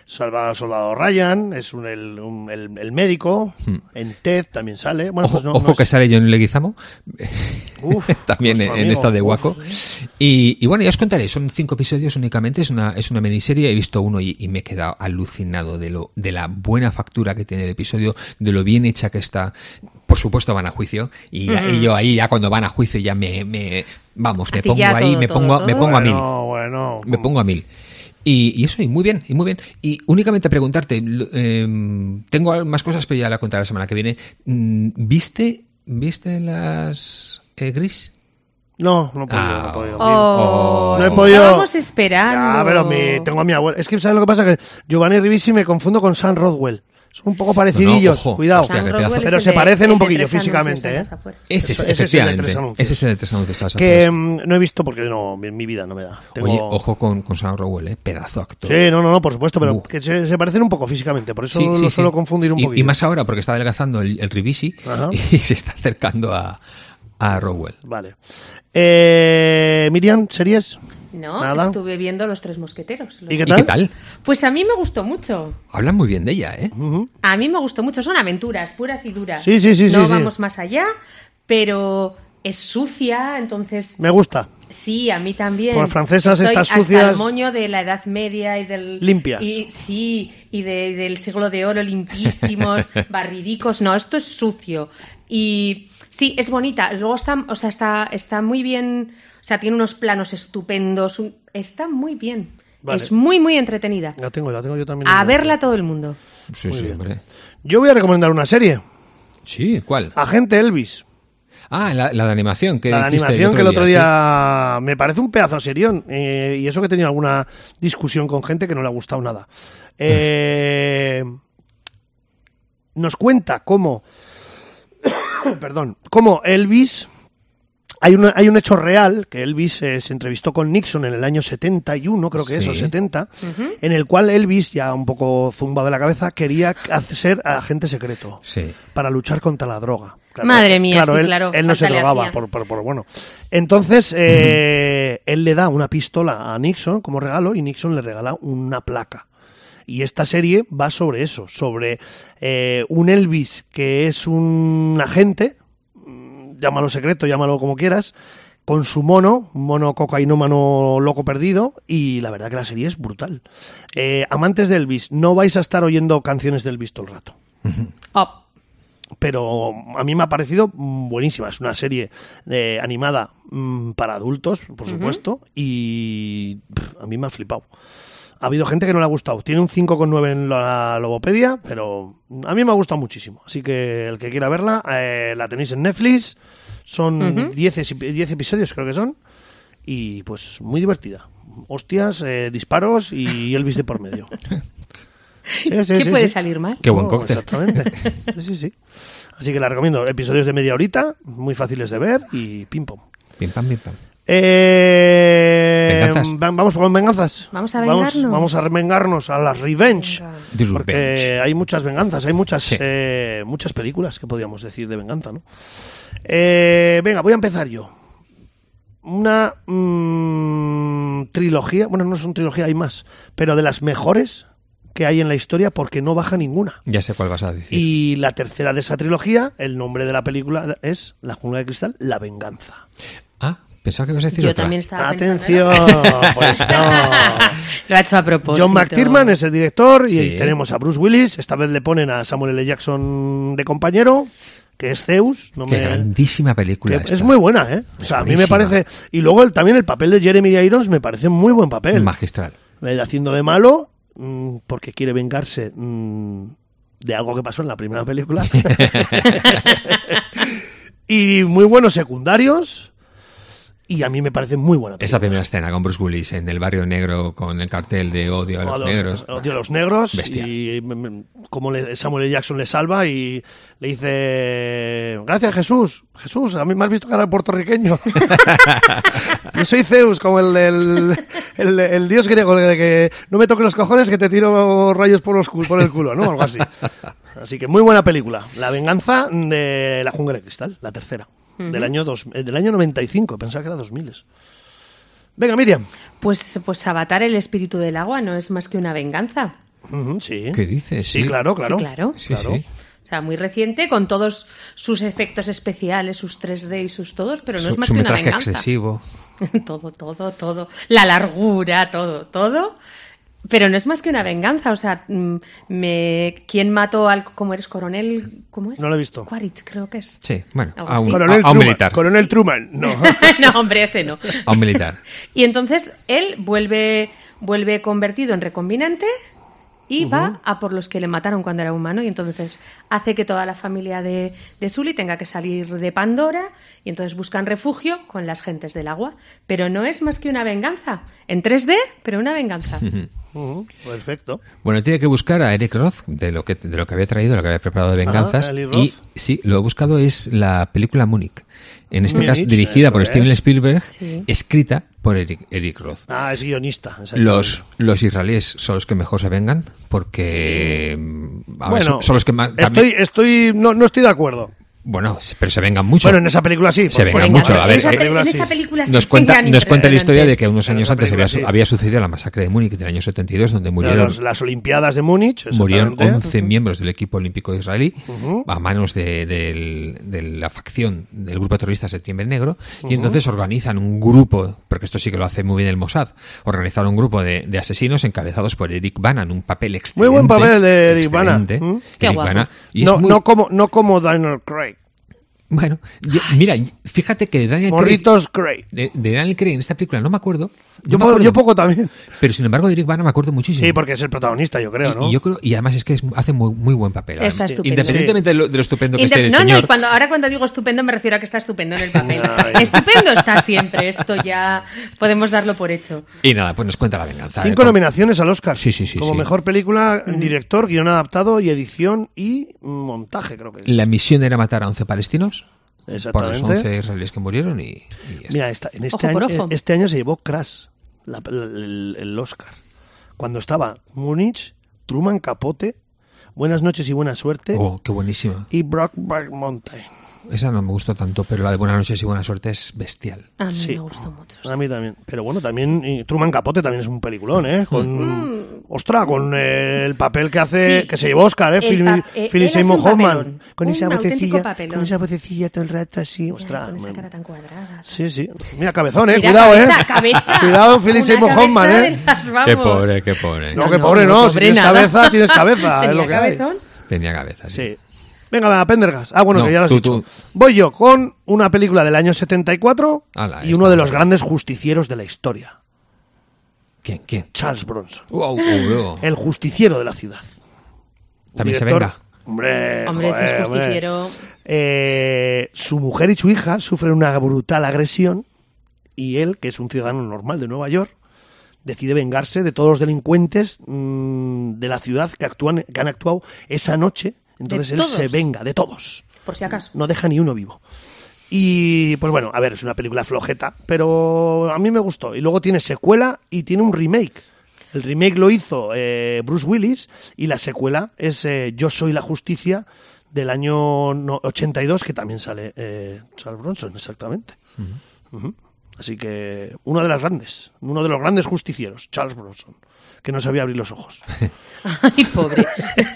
Salva al soldado Ryan, es un, el, un, el, el médico. Hmm. En Ted también sale. Bueno, ojo pues no, ojo no es... que sale John Leguizamo. Uf, también en, en esta de Waco. Uf. Y, y bueno, ya os contaré, son cinco episodios únicamente, es una, es una miniserie, he visto uno y, y me he quedado alucinado de lo de la buena factura que tiene el episodio, de lo bien hecha que está. Por supuesto van a juicio y, uh-huh. y yo ahí ya cuando van a juicio ya me, me vamos, me pongo ahí, todo, me todo, pongo, todo. me pongo a mil. Bueno, bueno. Me pongo a mil. Y, y eso, y muy bien, y muy bien. Y únicamente preguntarte, eh, tengo más cosas, pero ya la contaré la semana que viene. ¿Viste, viste las eh, Gris? No, no he podido, ah, no he podido. Oh, no he podido. Estábamos esperando. Ah, pero mi, tengo a mi abuela. Es que, ¿sabes lo que pasa? Que Giovanni Ribisi me confundo con Sam Rodwell. Son un poco parecidillos, no, no, cuidado. Hostia, pedazo. Pero se de, parecen un poquillo físicamente, ¿eh? Ese es, ese efectivamente. Ese es el de tres anuncios. Que um, no he visto porque no, en mi vida no me da. Tengo... Oye, ojo con, con Sam Rockwell, ¿eh? Pedazo actor. Sí, no, no, no, por supuesto, pero Uf. que se, se parecen un poco físicamente, por eso sí, sí, lo suelo sí. confundir un y, poquito. Y más ahora porque está adelgazando el, el Ribisi y se está acercando a, a Rockwell. Vale. Eh, Miriam, ¿series? No, ¿Nada? Estuve viendo Los Tres Mosqueteros. Los... ¿Y qué tal? ¿Y qué tal? Pues a mí me gustó mucho. Hablan muy bien de ella, ¿eh? Uh-huh. A mí me gustó mucho. Son aventuras puras y duras. Sí, sí, sí. No sí, vamos sí. más allá, pero es sucia, entonces... Me gusta. Sí, a mí también. Por francesas Estoy estas hasta sucias... el moño de la Edad Media y del... Limpias. Y, sí, y de, del siglo de oro, limpísimos, barridicos. No, esto es sucio. Y sí, es bonita. Luego está, o sea, está, está muy bien... O sea, tiene unos planos estupendos. Un, está muy bien. Vale. Es muy, muy entretenida. La tengo, la tengo yo también. A verla todo el mundo. Sí, muy sí, bien. hombre. Yo voy a recomendar una serie. Sí, ¿cuál? Agente Elvis. Ah, la, la de animación que La de animación el que el otro día, día sí. me parece un pedazo de serión. Eh, y eso que he tenido alguna discusión con gente que no le ha gustado nada. Eh, nos cuenta cómo... perdón. Cómo Elvis... Hay, una, hay un hecho real, que Elvis eh, se entrevistó con Nixon en el año setenta y uno, creo que sí. es, o setenta, uh-huh. en el cual Elvis, ya un poco zumbado de la cabeza, quería ser agente secreto sí. para luchar contra la droga. Claro, Madre mía, claro, sí, él, claro. Él no se drogaba, por, por, por bueno. Entonces, eh, uh-huh. él le da una pistola a Nixon como regalo y Nixon le regala una placa. Y esta serie va sobre eso, sobre eh, un Elvis que es un agente... llámalo secreto, llámalo como quieras, con su mono, un mono cocainómano loco perdido, y la verdad que la serie es brutal. Eh, amantes de Elvis, no vais a estar oyendo canciones de Elvis todo el rato. Oh. Pero a mí me ha parecido buenísima. Es una serie eh, animada mmm, para adultos, por supuesto, uh-huh. y pff, a mí me ha flipado. Ha habido gente que no le ha gustado. Tiene un cinco coma nueve en la Logopedia, pero a mí me ha gustado muchísimo. Así que el que quiera verla, eh, la tenéis en Netflix. Son diez uh-huh. episodios, creo que son. Y pues muy divertida. Hostias, eh, disparos y Elvis de por medio. Sí, sí, ¿Qué sí, puede sí. salir mal? Qué buen Oh, cóctel. Exactamente. Sí, sí, sí. Así que la recomiendo. Episodios de media horita, muy fáciles de ver y pim pom. Pim pam, pim pam. Eh, ¿Venganzas? Vamos con venganzas. Vamos a vengarnos. Vamos, vamos a vengarnos a las revenge. The Porque Revenge. hay muchas venganzas, hay muchas, Sí. eh, muchas películas que podríamos decir de venganza, ¿no? Eh, venga, voy a empezar yo. Una mmm, trilogía, bueno, no es una trilogía, hay más, pero de las mejores que hay en la historia porque no baja ninguna. Ya sé cuál vas a decir. Y la tercera de esa trilogía, el nombre de la película es La Jungla de Cristal, La Venganza. Ah, pensaba que ibas a decir Yo otra. también estaba Atención, pensando, ¿no? pues no. Lo ha hecho a propósito. John McTiernan es el director y Sí. tenemos a Bruce Willis. Esta vez le ponen a Samuel L. Jackson de compañero, que es Zeus. No Qué me... grandísima película que esta. es muy buena, ¿eh? O Es sea, a mí me buenísima. parece... Y luego el, también el papel de Jeremy Irons me parece muy buen papel. Magistral. Él haciendo de malo mmm, porque quiere vengarse mmm, de algo que pasó en la primera película. Y muy buenos secundarios. Y a mí me parece muy buena película. Esa primera escena con Bruce Willis en el barrio negro con el cartel de odio a los, a los negros. Odio a los negros. Bestia. Y como le, Samuel L. Jackson le salva y le dice: gracias, Jesús. Jesús, a mí me has visto cara de puertorriqueño. Yo soy Zeus, como el, el, el, el dios griego, de que no me toques los cojones que te tiro rayos por, los, por el culo, ¿no? Algo así. Así que muy buena película. La venganza de La Jungla de Cristal, la tercera. Uh-huh. Del año dos, del año noventa y cinco, pensaba que era dos mil. Venga, Miriam. Pues, pues Avatar, el espíritu del agua, no es más que una venganza. Ujú, sí. ¿Qué dices? Sí, claro, claro. Sí, claro. Sí, Claro. sí. O sea, muy reciente, con todos sus efectos especiales, sus tres D y sus todos, pero no Su, es más su que una metraje venganza. excesivo. todo, todo, todo. La largura, todo, todo. Pero no es más que una venganza. O sea, mm, me... ¿quién mató al... ¿Cómo eres? ¿Coronel? ¿Cómo es? No lo he visto. Quaritch, creo que es. Sí, bueno, Algo a un, así. Coronel a- a un Truman. militar. Coronel Truman. No. No, hombre, ese no. A un militar. Y entonces él vuelve, vuelve convertido en recombinante y va a por los que le mataron cuando era humano, y entonces hace que toda la familia de, de Sully tenga que salir de Pandora, y entonces buscan refugio con las gentes del agua. Pero no es más que una venganza. En tres D, pero una venganza. Ujú, perfecto. Bueno, tiene que buscar a Eric Roth de lo que de lo que había traído, de lo que había preparado de venganzas. Ah, Eli Roth. Y sí, lo he buscado, es la película Múnich. En este Múnich, caso, dirigida eso por es. Steven Spielberg, Sí. escrita por Eric, Eric Roth. Ah, es guionista. exactamente. Los, los israelíes son los que mejor se vengan, porque mm, a ver, Bueno, son, son los que más... estoy, también- estoy, no, no estoy de acuerdo. bueno, pero se vengan mucho. Bueno, en esa película sí. Se por venga supuesto. mucho, a ver, en esa, eh, pe- en sí. esa película Nos se cuenta, vengan nos cuenta la historia de impresionante. que unos En años esa antes había, película, su- sí. había sucedido la masacre de Múnich del año setenta y dos, donde murieron, Los- las Olimpiadas de Múnich. murieron exactamente. once miembros del equipo olímpico israelí Ujú. a manos de, del- de la facción del grupo terrorista Septiembre Negro, y entonces organizan un grupo, porque esto sí que lo hace muy bien el Mossad, organizaron un grupo de, de asesinos encabezados por Eric Bana, un papel Muy excelente. buen papel el de Eric Bana. excelente. ¿Mm? Qué Eric guapo. Bana, y No, es muy- no como, no como Daniel Craig. Bueno, yo- mira, fíjate que de Daniel Craig, Morritos Craig. de, de Daniel Craig en esta película no me acuerdo. Yo, no me po- acuerdo, yo poco también. pero sin embargo de Eric Bana me acuerdo muchísimo. Sí, porque es el protagonista, yo creo, y, ¿no? y yo creo, y además es que es- hace muy, muy buen papel. Está Además, estupendo. Independientemente de, lo, de lo estupendo que Inter- esté el no, no, señor. y cuando, ahora cuando digo estupendo me refiero a que está estupendo en el papel. Ay. Estupendo está siempre, esto ya podemos darlo por hecho. Y nada, pues nos cuenta la venganza. Cinco ¿eh? nominaciones al Oscar. Sí, sí, sí, Como sí. mejor película, director, guión adaptado y edición y montaje, creo que es. La misión era matar a once palestinos por los Exactamente. once israelíes que murieron y, y ya está. Mira, esta- en este, Ojo por año, ojo. este año se llevó Crash, la- el, el Oscar. Cuando estaba Múnich, Truman Capote, Buenas noches y buena suerte Oh, qué buenísima. y Brokeback Mountain. Esa no me gustó tanto, pero la de Buenas noches y buena suerte es bestial. A mí Sí. me gustó mucho. A mí también. Pero bueno, también y Truman Capote también es un peliculón, ¿eh? Con, Ostras, con eh, el papel que hace, Sí. que se llevó Oscar, ¿eh? El Phil- pa- eh, Philip él hace Seymour un Hoffman. papelón. Con Un esa auténtico vocecilla, papelón. con esa vocecilla todo el rato así, ostras. Con esa me- cara tan cuadrada. Sí, sí. Mira, cabezón, ¿eh? Mira, Cuidado, cabeza, ¿eh? cabeza. Cuidado, Philip Una Seymour cabeza Hoffman, de ¿eh? las, vamos. Qué pobre, qué pobre. No, No, que no, pobre, no, no. Si pobre tienes nada. cabeza, tienes cabeza. es ¿Tenía lo que hay. cabezón? Tenía cabeza, sí. Sí. Venga, va, Pendergast. Ah, bueno, No, que ya lo has tú, dicho. tú. Voy yo con una película del año setenta y cuatro Ala, y esta uno de me los gusta. grandes justicieros de la historia, ¿Quién? ¿Quién? Charles Bronson. Wow, wow, wow. El justiciero de la ciudad. También se Director- venga. Hombre, Hombre, ese es joder, hombre. justiciero. Eh, su mujer y su hija sufren una brutal agresión y él, que es un ciudadano normal de Nueva York, decide vengarse de todos los delincuentes mmm, de la ciudad que, actúan, que han actuado esa noche. Entonces ¿De él todos? se venga de todos. Por si acaso. No deja ni uno vivo. Y pues bueno, a ver, es una película flojeta, pero a mí me gustó. Y luego tiene secuela y tiene un remake. El remake lo hizo eh, Bruce Willis y la secuela es eh, Yo soy la justicia del año no- ochenta y dos, que también sale eh, Charles Bronson, exactamente. Ujú. Así que una de las grandes, uno de los grandes justicieros, Charles Bronson, que no sabía abrir los ojos. Ay, pobre.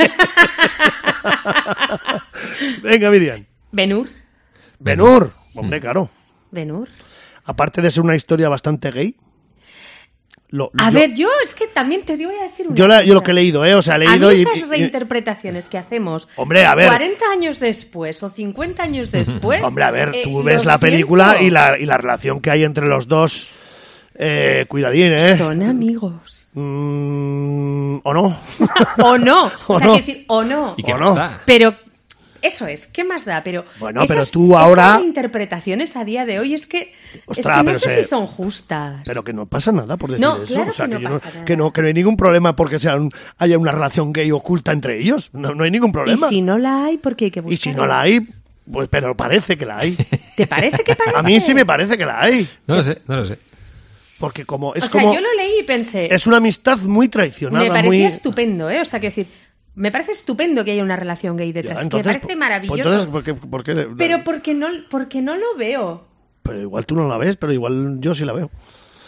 Venga, Miriam. Ben-Hur. Ben-Hur, hombre, claro. Ben-Hur. Aparte de ser una historia bastante gay. Lo, A yo, ver, yo es que también te voy a decir una yo, la- yo lo cosa. que he leído, ¿eh? O sea, he A mí leído y, esas y- reinterpretaciones que hacemos Hombre, a ver. cuarenta años después o cincuenta años después... Hombre, a ver, eh, tú lo ves la siento. película y la, y la relación que hay entre los dos. Eh, cuidadín, ¿eh? Son amigos. Mm, ¿O no? O no. O O sea, no. quiero decir, o no. ¿Y qué ¿O más no? da? Pero eso es, ¿qué más da? Pero Bueno, pero tú ahora- esas interpretaciones a día de hoy es que, Ostras, es que no pero sé se- si son justas. Pero que no pasa nada por decir No, eso. claro o sea, que que, no yo no, pasa nada. que, no, que no hay ningún problema porque sea un- haya una relación gay oculta entre ellos. No, no hay ningún Y problema. si no la hay, ¿por qué hay que buscarla? Y si no la hay, pues pero parece que la hay. ¿Te parece que parece? A mí sí me parece que la hay. No lo sé, no lo sé. Porque como es O sea, como yo lo leí y pensé... es una amistad muy traicionada, me parecía muy estupendo, ¿eh? O sea, quiero decir, me parece estupendo que haya una relación gay Ya, detrás. entonces, me parece pues maravilloso. entonces, ¿por qué- por qué- Pero porque no, porque no lo veo. Pero igual tú no la ves, pero igual yo sí la veo.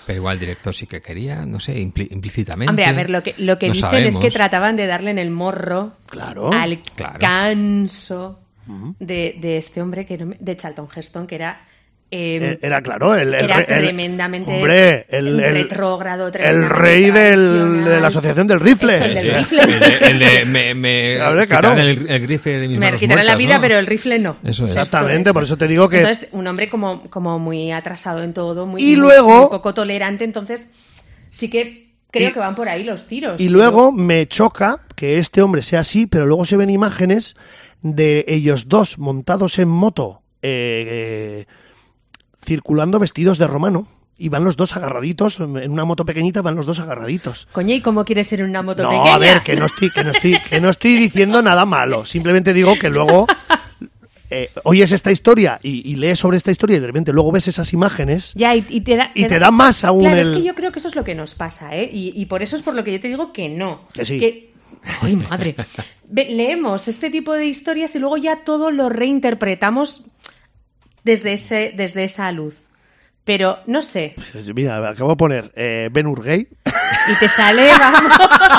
Pero igual el director sí que quería, no sé, impli- implícitamente. Hombre, a ver, lo que, lo que no dicen sabemos. es que trataban de darle en el morro Claro, al claro. canso de, de este hombre, que no me- de Charlton Heston, que era... eh, Era claro, el, el, era el- tremendamente hombre, el, el- retrógrado, el tremendamente rey del, tradicional. de la asociación del rifle. Esto, el del Sí. rifle. El de, el de- me, me Claro, quitaron claro. El, el grife de mis Me manos quitarán la muertas, vida, ¿no? pero el rifle no. Eso es. Exactamente, Esto es. por eso te digo que... Entonces, un hombre como, como muy atrasado en todo, muy, Y muy- luego- muy poco tolerante, entonces sí que creo Y- que van por ahí los tiros. Y luego me choca que este hombre sea así, pero luego se ven imágenes de ellos dos montados en moto, eh, eh, circulando vestidos de romano. Y van los dos agarraditos, en una moto pequeñita van los dos agarraditos. Coño, ¿y cómo quieres ser una moto No, pequeña? a ver, que no estoy, que no estoy, que no estoy diciendo nada malo. Simplemente digo que luego eh, oyes esta historia y, y lees sobre esta historia y de repente luego ves esas imágenes. Ya, y, y te da, Y te da más aún Claro, el- es que yo creo que eso es lo que nos pasa, ¿eh? Y, y por eso es por lo que yo te digo que no. Que sí. ¡Ay, madre! Ve- leemos este tipo de historias y luego ya todo lo reinterpretamos desde, ese, desde esa luz. Pero, no sé, Mira, acabo de poner eh, Ben Hur gay y te sale, vamos...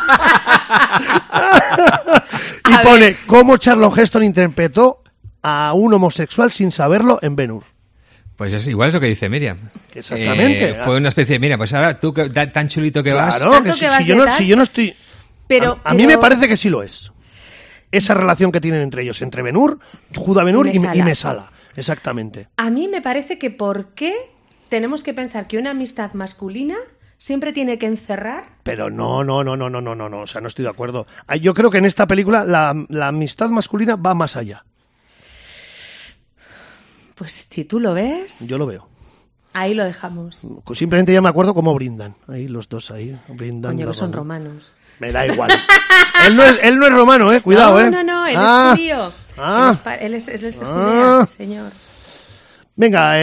y A pone ver. cómo Charlton Heston interpretó a un homosexual sin saberlo en Ben Hur. Pues es igual es lo que dice Miriam. Exactamente. Eh, fue una especie de, mira, pues ahora tú que da- tan chulito que vas. Claro, Tanto que que si, vas si yo de no, tal. si yo no estoy... Pero, a, a mí pero- me parece que sí lo es. Esa relación que tienen entre ellos, entre Ben Hur, Judá Ben Hur y, Mesala. y Mesala. Exactamente. A mí me parece que ¿por qué tenemos que pensar que una amistad masculina siempre tiene que encerrar? Pero no, no, no, no, no, no, no, no, o sea, no estoy de acuerdo. Ah, Yo creo que en esta película la, la amistad masculina va más allá. Pues si tú lo ves, Yo lo veo. ahí lo dejamos. Simplemente ya me acuerdo cómo brindan. Ahí los dos ahí brindan. Coño, que son la- romanos. Me da igual. él, no es, él no es romano, eh. Cuidado, no, eh. No, no, él Ah, es judío. ah. Él es, pa- él es, él es Ah. judía, sí, señor. Venga,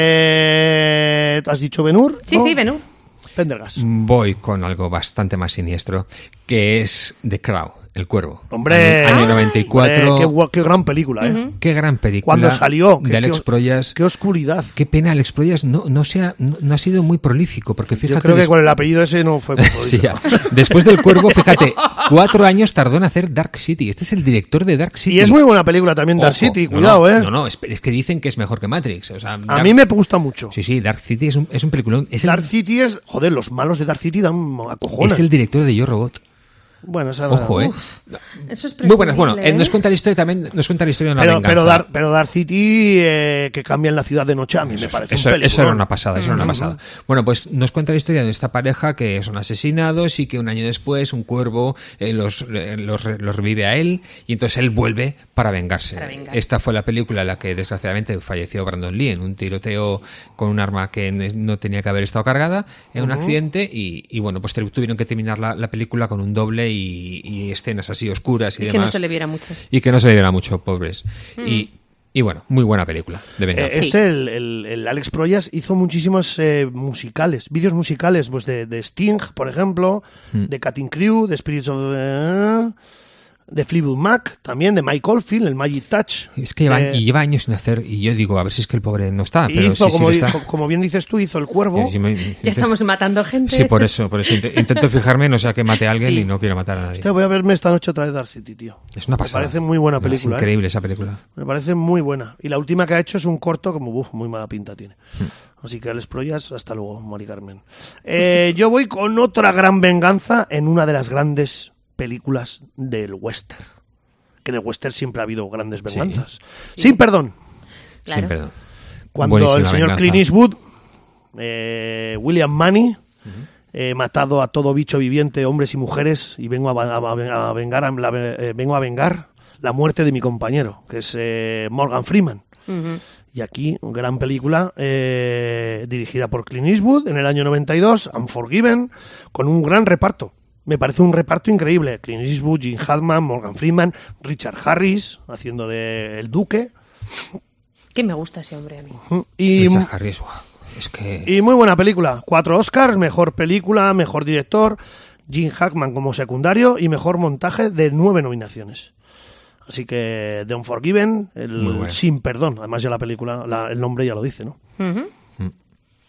eh, ¿has dicho Ben Hur? Sí, ¿no? sí, Benú. Pendergast. Voy con algo bastante más siniestro, que es The Crow, El Cuervo. Hombre. Año, año noventa y cuatro. Hombre, qué, gua- qué gran película, eh. Qué gran película. Cuando salió. qué- de Alex qué- Proyas. Qué oscuridad. Qué pena, Alex Proyas no, no, sea, no, no ha sido muy prolífico, porque fíjate... Yo creo que des- con el apellido ese no fue muy Sí, ya. prolífico. Después del Cuervo, fíjate, cuatro años tardó en hacer Dark City. Este es el director de Dark City. Y es muy buena película también, Dark Ojo, City, no, cuidado, no, eh. No, no, es, es que dicen que es mejor que Matrix. O sea, A Dark- mí me gusta mucho. Sí, sí, Dark City es un, es un peliculón. Es el, Dark City es. Joder, los malos de Dark City dan acojones. es el director de Yo Robot. Bueno, esa Ojo, ¿eh? Eso es Muy buenas. Bueno, prescindible, eh, nos ¿eh? cuenta la historia también, nos cuenta la historia de una Pero, venganza. pero, Dark, pero Dark City, eh, que cambia en la ciudad de noche, a mí me Eso, parece eso- un eso peliculón. era una pasada, eso era una pasada. Bueno, pues nos cuenta la historia de esta pareja que son asesinados y que un año después un cuervo eh, los, eh, los, re- los revive a él y entonces él vuelve para vengarse. Para vengarse. Esta fue la película en la que desgraciadamente falleció Brandon Lee en un tiroteo con un arma que ne- no tenía que haber estado cargada en un accidente y, y bueno, pues te- tuvieron que terminar la, la película con un doble y, y escenas así oscuras y, Y que demás. no se le viera mucho. Y que no se le viera mucho, pobres. Y, y bueno, muy buena película de Eh, venganza. este, el, el- el Alex Proyas, hizo muchísimos eh, musicales, vídeos musicales, pues de, de Sting, por ejemplo, Hmm. de Cutting Crew, de Spirits of... eh, de Fleetwood Mac, también de Mike Oldfield, el Magic Touch. Es que lleva, Eh, y lleva años sin hacer, y yo digo, a ver si es que el pobre no está, pero hizo, sí, sí como, que di- está. como bien dices tú, hizo El Cuervo. Yo me- Ya inte- estamos matando gente. Sí, por eso, por eso int- intento fijarme, no sea que mate a alguien Sí. y no quiero matar a nadie. Hostia, voy a verme esta noche otra vez Dark City, tío. Es una pasada. Me parece muy buena No, película. Es ¿eh? increíble esa película. Me parece muy buena. Y la última que ha hecho es un corto como, uf, muy mala pinta tiene. Así que Alex Proyas, hasta luego, Mari Carmen. Eh, yo voy con otra gran venganza en una de las grandes películas del western. Que en el western siempre ha habido grandes Sí. venganzas. Sin perdón. Claro. Sí, perdón. Cuando Buenísima el señor venganza. Clint Eastwood, eh, William Money, eh, matado a todo bicho viviente, hombres y mujeres, y vengo a, va- a- a vengar, a la- eh, vengo a vengar la muerte de mi compañero, que es eh, Morgan Freeman. Ujú. Y aquí, una gran película eh, dirigida por Clint Eastwood en el año noventa y dos, Unforgiven, con un gran reparto. Me parece un reparto increíble. Clint Eastwood, Jim Hackman, Morgan Freeman, Richard Harris, haciendo de El Duque. Que me gusta ese hombre a mí. Y, Richard Harris, guau, es que... y muy buena película. Cuatro Oscars, mejor película, mejor director, Jim Hackman como secundario y mejor montaje de nueve nominaciones. Así que The Unforgiven, Muy el buena. Sin Perdón. Además ya la película, la- el nombre ya lo dice, ¿no? Ujú.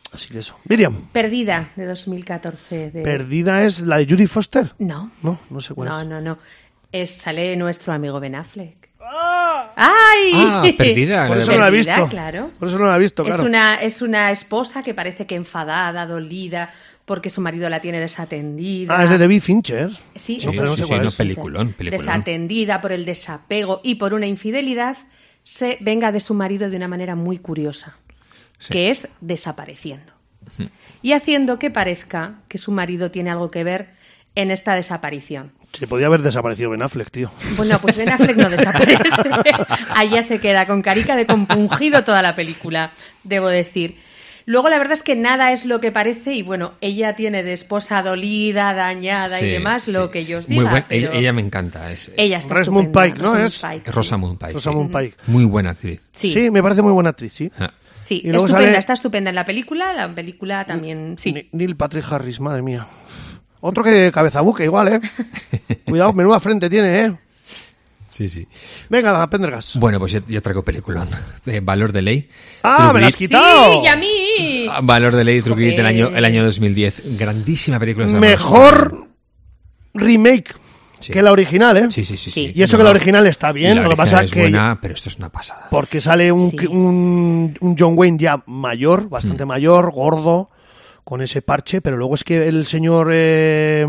Así que eso. Miriam. Perdida, de dos mil catorce. De... ¿Perdida es la de Judy Foster? No. No, no sé cuál no, es. No, no, no. Es, sale nuestro amigo Ben Affleck. ¡Ay! Ah, Perdida. Por la eso de- no la he Perdida, visto. claro. Por eso no la he visto, claro. Es una, es una esposa que parece que enfadada, dolida, porque su marido la tiene desatendida. Ah, es de David Fincher. Sí, Sí, No, pero no sí, sé sí, cuál no, es. peliculón, peliculón. Desatendida por el desapego y por una infidelidad, se venga de su marido de una manera muy curiosa, Sí. que es desapareciendo. Y haciendo que parezca que su marido tiene algo que ver en esta desaparición. Se podía haber desaparecido Ben Affleck, tío. Bueno, pues Ben Affleck no desaparece. Ahí ya se queda con carica de compungido toda la película, debo decir. Luego la verdad es que nada es lo que parece y bueno, ella tiene de esposa dolida, dañada Sí, y demás, sí. lo que yo os Muy diga. buen- pero ella, ella me encanta. Es, ella está Rosamund estupenda, Pike, ¿no? Rosamund Es- Pike, es Rosamund Pike. Rosamund sí. Pike. Muy buena actriz. Sí, Sí, me parece muy buena actriz, sí. Ah. sí, Y luego estupenda, sale- está estupenda en la película, la película también, sí. Ni- Neil Patrick Harris, madre mía. Otro que cabeza buque, igual, ¿eh? Cuidado, menuda frente tiene, ¿eh? Sí, sí. Venga, Pendergas. Bueno, pues yo, yo traigo peliculón. Eh, Valor de Ley. ¡Ah, True me la has Grit. quitado! Sí, y a mí. Ah, Valor de Ley, True Grit, el año, Joder. el año dos mil diez. Grandísima película. se llama. Mejor remake Sí. que la original, ¿eh? Sí, sí, sí. Sí. sí. Y eso que la original está bien, La lo que original pasa es que... buena, pero esto es una pasada. Porque sale un, Sí. un, un John Wayne ya mayor, Hmm. bastante mayor, gordo, con ese parche, pero luego es que el señor eh,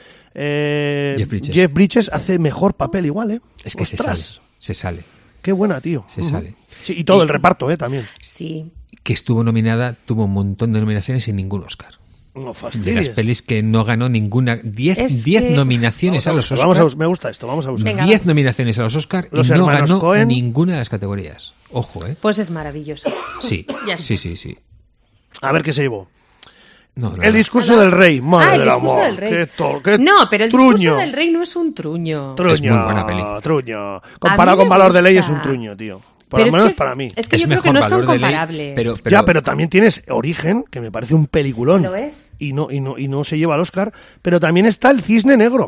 eh, Jeff Bridges. Jeff Bridges hace mejor papel igual, ¿eh? Es que se Ostras, sale. Se sale. Qué buena, tío. Se Ujú. sale. Sí, y todo el reparto, ¿eh? También. Sí. Que estuvo nominada, tuvo un montón de nominaciones y ningún Oscar. No De las fastidies. pelis que no ganó ninguna. Diez, Es diez que- nominaciones Vamos a los buscar, vamos a Oscar. bus- me gusta esto, vamos a buscar. Venga. Diez nominaciones a los Oscar y Los no hermanos ganó Coen. ninguna de las categorías. Ojo, ¿eh? Pues es maravilloso. Sí, Ya sí, está. sí, sí. A ver qué se llevó. No, no, El no. discurso del rey, madre Ah, el del discurso amor. del rey. Qué, to- qué No, pero el truño. discurso del rey no es un truño. Truño, Es muy buena peli. truño. A Comparado mí con me Valor de Ley es gusta. un truño, tío. Por Pero lo es menos que es- para mí. Es que Es yo creo que mejor no son Valor de Ley, comparables. pero, pero- Ya, pero también tienes Origen, que me parece un peliculón. ¿Lo es? Y no, y no, y no se lleva al Oscar. Pero también está El Cisne Negro.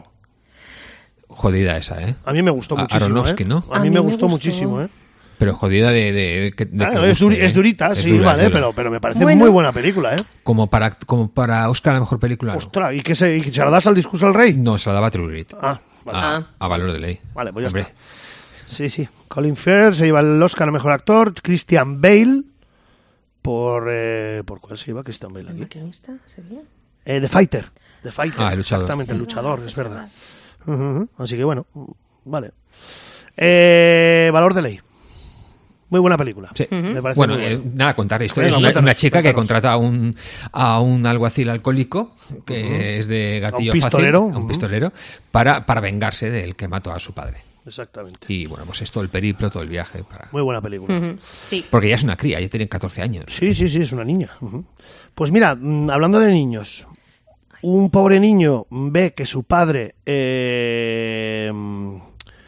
Jodida esa, ¿eh? A mí me gustó A- muchísimo. Aronofsky, ¿eh? ¿no? A mí, me, gustó, gustó. muchísimo, ¿eh? Pero jodida de, de, de- de Ah, que es, guste, duri- ¿eh? es durita, Es sí, dura, vale, es dura. pero, pero me parece Bueno. muy buena película, ¿eh? Como para, como para Oscar la mejor película. ¿no? Ostras, ¿y qué se, y se la das al discurso del rey? No, se la daba True Grit. Ah, vale. A, Ah. a Valor de Ley. Vale, pues ya Hombre, está. Sí, sí. Colin Firth se lleva el Oscar a mejor actor. Christian Bale. Por. Eh, ¿Por cuál se lleva Christian Bale ¿El aquí? maquinista sería? Eh, The Fighter. The Fighter. Ah, el luchador. Exactamente, el luchador, es verdad. Ujú, ujú. Así que bueno, vale. Eh, Valor de Ley. Muy buena película. Sí. Me parece Bueno, muy eh, buena. nada, contar la historia. Venga, es una, cuéntanos, una chica que cuéntanos. contrata a un, a un alguacil alcohólico, que es de gatillo fácil, pistolero, a un ujú. pistolero, para, para vengarse del que mató a su padre. Exactamente. Y bueno, pues es todo el periplo, todo el viaje. Para... Muy buena película. Ujú. Sí. Porque ya es una cría, ya tiene catorce años. Sí, sí, sí, es una niña. Ujú. Pues mira, mm, hablando de niños, un pobre niño ve que su padre, eh, mm,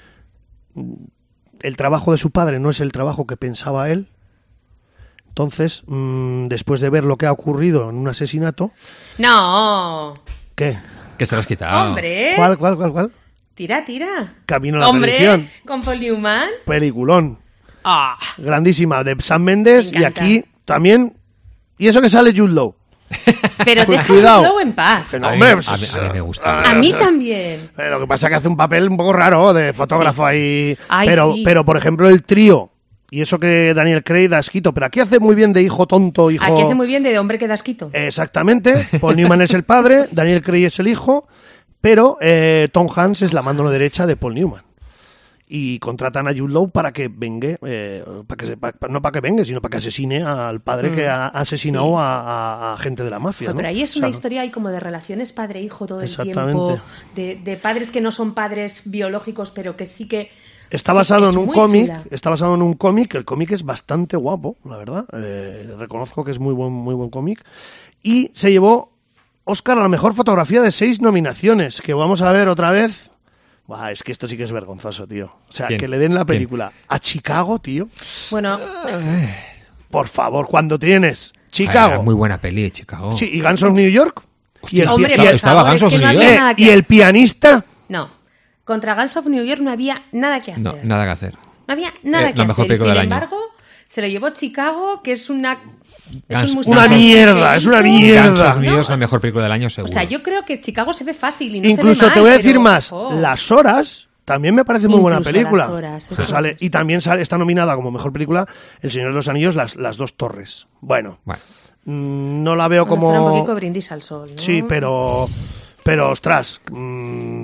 el trabajo de su padre no es el trabajo que pensaba él. Entonces, mm, después de ver lo que ha ocurrido en un asesinato, No. ¿qué? Que se lo has quitado. Hombre. ¿Cuál, cuál, cuál, cuál? Tira, tira. Camino a la Hombre, perdición. con Paul Newman. Peliculón. Ah. Grandísima, de Sam Mendes. Me Y encanta. aquí también... Y eso que sale Jude Law. Pero Pues deja cuidado. a Jude Law en paz. Que no, A mí, hombre, a pues, mí- a mí me gusta. A mí también. Eh, Lo que pasa es que hace un papel un poco raro de fotógrafo ahí. Ay, pero, sí. pero, por ejemplo, el trío. Y eso que Daniel Craig da asquito. Pero aquí hace muy bien de hijo tonto, hijo. Aquí hace muy bien de hombre que da asquito. Exactamente. Paul Newman es el padre, Daniel Craig es el hijo. Pero eh, Tom Hanks es la mano derecha de Paul Newman. Y contratan a Jude Law para que vengue, eh, para que se- pa- pa- no para que vengue, sino para que asesine al padre que ha asesinado Sí. a, a- a gente de la mafia. No, ¿no? pero ahí es O sea, una historia ahí como de relaciones padre-hijo todo el Exactamente. tiempo, de, de padres que no son padres biológicos, pero que sí que... Está sí, basado es en un muy cómic, chula. está basado en un cómic, el cómic es bastante guapo, la verdad. Eh, reconozco que es muy buen, muy buen cómic. Y se llevó Oscar a la mejor fotografía de seis nominaciones, que vamos a ver otra vez. Buah, es que esto sí que es vergonzoso, tío. O sea, ¿Quién? que le den la ¿Quién? película a Chicago, tío. Bueno, Por favor, cuando tienes Ah, Chicago. era muy buena peli de Chicago. Sí, y Guns of New York. Y el, hombre, pi- por y el- estaba favor, Guns es of que no New había eh, nada que y el pianista. No, contra Guns of New York no había nada que hacer. No, nada que hacer. No había nada Eh, que la mejor hacer. película Sin del año. embargo, Se lo llevó Chicago, que es una... Es Guns- un musical Una mierda, es una pequeñito. mierda. Guns of New York No, es la mejor película del año, O seguro. sea, yo creo que Chicago se ve fácil y no Incluso se ve mal, te voy a decir pero, más, ojo. Las Horas también me parece muy buena Incluso película. Las Horas, Que eso sale, es. y también sale, está nominada como mejor película El Señor de los Anillos, las, las dos torres. Bueno, Bueno, mm, no la veo Bueno, será un como... poquito brindis al sol, ¿no? Sí, pero... Pero, ostras... mm,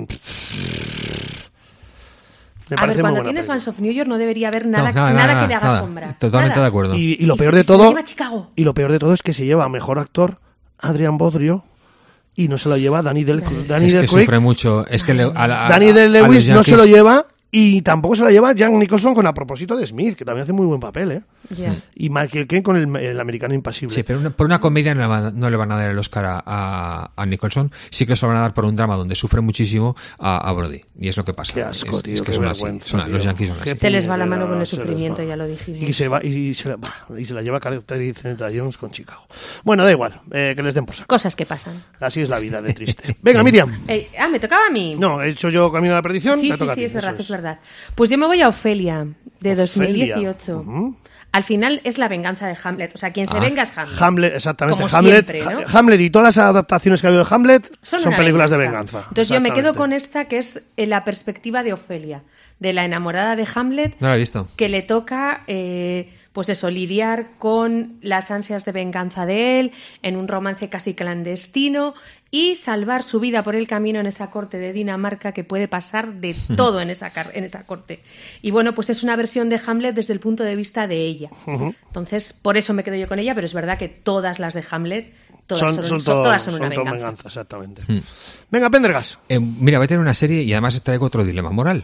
me A parece ver, cuando muy buena tienes película. Guns of New York no debería haber nada, No, nada, nada, nada, que le haga nada. sombra. Totalmente Nada. de acuerdo. Y, y lo Y peor se- de se lo todo... lleva Chicago. Y lo peor de todo es que se lleva a mejor actor Adrian Bodrio y no se lo lleva Danny Del Danny es que Del Craig. sufre mucho. Es que le- a la- a- Danny Del a los Lewis no se Yankees- lo lleva y tampoco se la lleva Jack Nicholson con A propósito de Smith, que también hace muy buen papel, ¿eh? Ya. Y Michael Caine con el, el americano impasible. Sí, pero una- por una comedia no le, van, no le van a dar el Oscar a, a, a Nicholson. Sí que se lo van a dar por un drama donde sufre muchísimo a, a Brody. Y es lo que pasa. Qué asco, es, tío, es que qué son así. vergüenza, Son- los tío. Yankees son Qué así. Se les va la puñetera, mano con el se les sufrimiento, va. ya lo dijimos. Y se, va, y, se la, bah, y se la lleva Catherine Zeta-Jones con Chicago. Bueno, da igual, eh, que les den por saco. Cosas que pasan. Así es la vida de triste. Venga, Miriam. Eh, ah, ¿me tocaba a mí? No, he hecho yo Camino a la Perdición. Sí, me sí, toca a sí, ti, es verdad, eso es verdad. Pues yo me voy a Ofelia, de dos mil dieciocho. Ujú. Al final es la venganza de Hamlet. O sea, quien se Ah. venga es Hamlet. Hamlet, exactamente. Como Hamlet, siempre, ¿no? Ha- Hamlet y todas las adaptaciones que ha habido de Hamlet son, una películas de venganza. Entonces yo me quedo Exactamente. con esta, que es eh, la perspectiva de Ofelia, de la enamorada de Hamlet, No la he visto. que le toca, eh, pues eso, lidiar con las ansias de venganza de él, en un romance casi clandestino, y salvar su vida por el camino en esa corte de Dinamarca, que puede pasar de todo en esa, car- en esa corte. Y bueno, pues es una versión de Hamlet desde el punto de vista de ella. Entonces, por eso me quedo yo con ella, pero es verdad que todas las de Hamlet, todas son, son- todo- todas son, son una todo venganza. venganza, exactamente. Venga, Pendergas. Eh, mira, voy a tener una serie y además traigo otro dilema moral.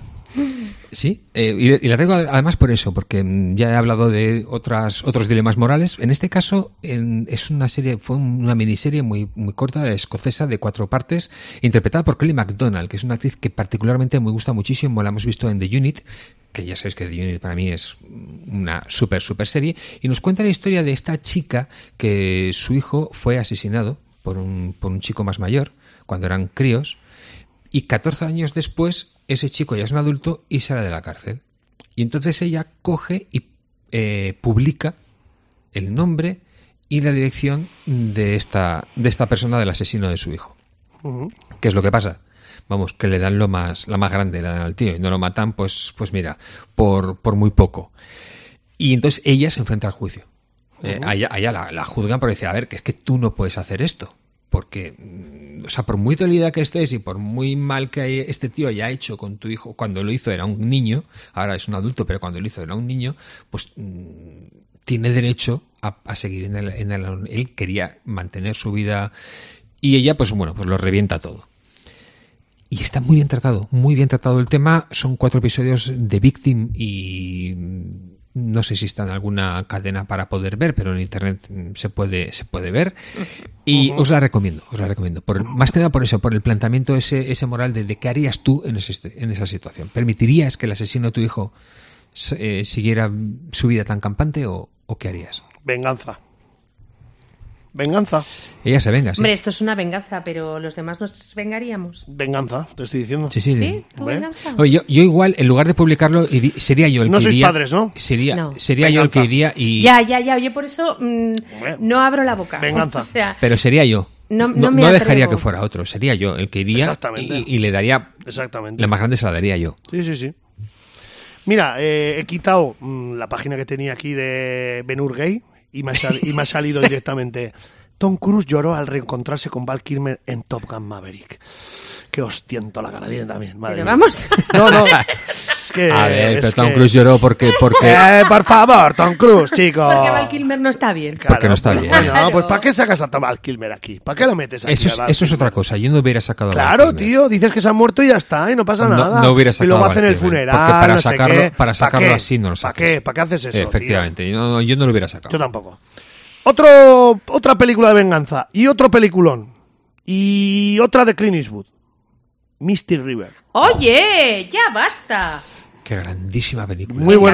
Sí, eh, y, y la traigo además por eso, porque mm, ya he hablado de otras otros dilemas morales. En este caso en- es una serie, fue una miniserie muy muy corta, escocesa, de cuatro partes, interpretada por Kelly MacDonald, que es una actriz que particularmente me gusta muchísimo. La hemos visto en The Unit, que ya sabéis que The Unit para mí es una super super serie, y nos cuenta la historia de esta chica que su hijo fue asesinado por un por un chico más mayor cuando eran críos. Y catorce años después, ese chico ya es un adulto y sale de la cárcel. Y entonces ella coge y eh, publica el nombre y la dirección de esta, de esta persona, del asesino de su hijo. Ujú. ¿Qué es lo que pasa? Vamos, que le dan lo más, la más grande, la dan al tío, y no lo matan, pues, pues mira, por, por muy poco. Y entonces ella se enfrenta al juicio. Eh, a ella, a ella la, la juzgan por decir, a ver, que es que tú no puedes hacer esto. Porque, mm, o sea, por muy dolida que estés y por muy mal que hay- este tío haya hecho con tu hijo, cuando lo hizo era un niño, ahora es un adulto, pero cuando lo hizo era un niño, pues mm, tiene derecho a, a seguir en el, en el... Él quería mantener su vida y ella, pues bueno, pues lo revienta todo. Y está muy bien tratado, muy bien tratado el tema. Son cuatro episodios de Victim y no sé si está en alguna cadena para poder ver, pero en internet se puede, se puede ver. Y os la recomiendo, os la recomiendo. Por, más que nada por eso, por el planteamiento ese, ese moral de, de qué harías tú en, ese, en esa situación. ¿Permitirías que el asesino de tu hijo eh, siguiera su vida tan campante o, o qué harías? Venganza. Venganza. Ella se venga, ¿sí? Hombre, esto es una venganza, pero los demás nos vengaríamos. Venganza, te estoy diciendo. Sí, sí. ¿Sí? ¿Tu Hombre. venganza? Oye, yo, yo igual, en lugar de publicarlo, iri- sería yo el No que sois iría... padres, ¿no? Sería, No. sería yo el que Venganza. iría y... Ya, ya, ya. Yo por eso mm, Hombre. no abro la boca. Venganza. O sea, Pero sería yo. No- No, no me no dejaría atrevo. que fuera otro. Sería yo el que iría Exactamente. y, y le daría... Exactamente. La más grande se la daría yo. Sí, sí, sí. Mira, eh, he quitado mm, la página que tenía aquí de Ben Hur Gay y me, ha sal- y me ha salido directamente. Tom Cruise lloró al reencontrarse con Val Kilmer en Top Gun Maverick. Que os tiento la cara bien también, madre pero mía. vamos. No, no. Es que. A ver, es pero Tom que- Cruise lloró porque... porque... Eh, por favor, Tom Cruise, chico. Porque Val Kilmer no está bien. Claro, Porque no está pero bien. Bueno, Claro. pues ¿para qué sacas a Tom Val Kilmer aquí? ¿Para qué lo metes aquí? Eso a es, Val eso es Kilmer? otra cosa. Yo no hubiera sacado a Val Claro, Kilmer. tío, dices que se ha muerto y ya está, y no pasa No- nada. no hubiera y sacado luego a Val hacen el Kilmer, funeral, porque para no sé sacarlo- qué. para sacarlo qué? así no lo ¿Para sacas. qué? ¿Para qué haces eso? Efectivamente, yo no, yo no lo hubiera tío? sacado. Yo tampoco. Otro, otra película de venganza y otro peliculón y otra de Clint Eastwood. Misty River. Oye, ya basta. Qué grandísima película. Muy Me buena, ¿eh? encanta.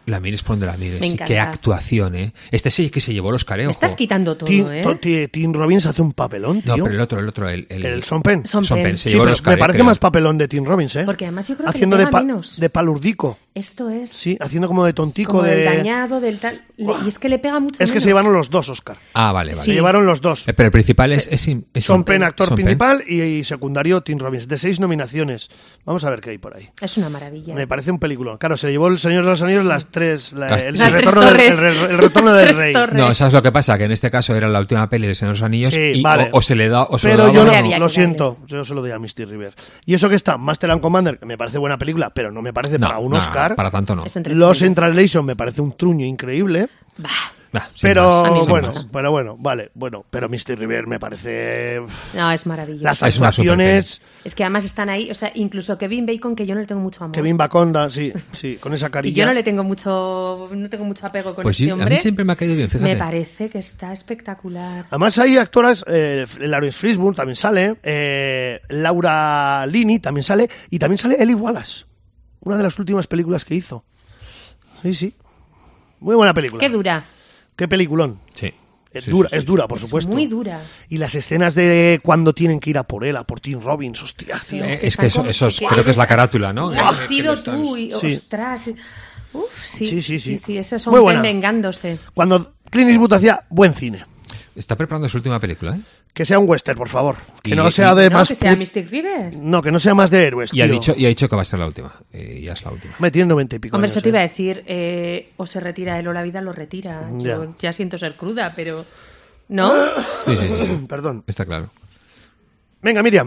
La mires por donde la mires. Me Y encanta. qué actuación, ¿eh? Este sí que se llevó el Oscar, ¿eh? Me Ojo. estás quitando todo, Tim, ¿eh? to- ti- Tim Robbins hace un papelón, tío. No, pero el otro, el otro, el... El, El Sean Penn. Son Sean Penn. Penn, se Sí, llevó el pero Oscar, me eh, parece creo. más papelón de Tim Robbins, ¿eh? Porque además yo creo haciendo que le de, pega pa- menos. de palurdico. Esto es Sí, haciendo como de tontico como de... el dañado, del tal... le- y es que le pega mucho Es que menos. se llevaron los dos Oscar. Ah, vale, vale. Se llevaron los dos. Eh, pero el principal es... es, es Sean Penn, actor Sean Penn. principal, y, y secundario Tim Robbins. De seis nominaciones. Vamos a ver qué hay por ahí. Es una maravilla. Me parece un peliculón. Claro, se llevó el Señor de los Anillos las tres... la- Las- el, Las retorno tres del, el, torres. re- el retorno Las del tres rey. torres. No, ¿sabes lo que pasa? Que en este caso era la última peli de Señor de los Anillos Sí, y vale. o, o se le da o se Pero lo yo daba- no, Había que lo siento, darles. yo se lo doy a Misty River. Y eso que está, Master and Commander, que me parece buena película, pero no me parece No, para un no, Oscar. para tanto no. Es entretenido. Los in Translation me parece un truño increíble. Bah. Nah, sin Pero más, A mí me sin bueno, gusta. más. pero bueno, vale, bueno, pero Misty River me parece uf, No, es maravilloso. las Es una actuaciones, Es que además están ahí, o sea, incluso Kevin Bacon, que yo no le tengo mucho amor. Kevin Bacon, sí, sí, con esa y carilla. yo no le tengo mucho, no tengo mucho apego con Pues este sí, a hombre. mí siempre me ha caído bien, fíjate. Me parece que está espectacular. Además hay actoras, eh, Lawrence Fishburne también sale, eh, Laura Linney también sale, y también sale Eli Wallace, una de las últimas películas que hizo. Sí, sí. Muy buena película. Qué dura. Qué peliculón. Sí. Es Sí, dura, sí, sí, es dura, sí. por Es supuesto. muy dura. Y las escenas de cuando tienen que ir a por él, a por Tim Robbins, hostia, tío. Eh, que es que están eso, como- eso es- que creo que es la eres- carátula, ¿no? Has Que- sido que están- tú y Sí. ostras. Uf, sí. Sí, sí, sí. sí, esos Muy son buena. vengándose. Cuando Clint Eastwood hacía buen cine. Está preparando su última película, ¿eh? Que sea un western, por favor. Que Y- no sea de No, más... que sea pu- Mystic River. No, que no sea más de héroes, Y ha tío. dicho y ha dicho que va a ser la última. Eh, ya es la última. Me tiene noventa y pico Hombre, años, eso te iba a eh. decir, eh, o se retira él o la vida lo retira. Ya. Yo ya siento ser cruda, pero... ¿No? Sí, sí, sí. Perdón. Está claro. Venga, Miriam.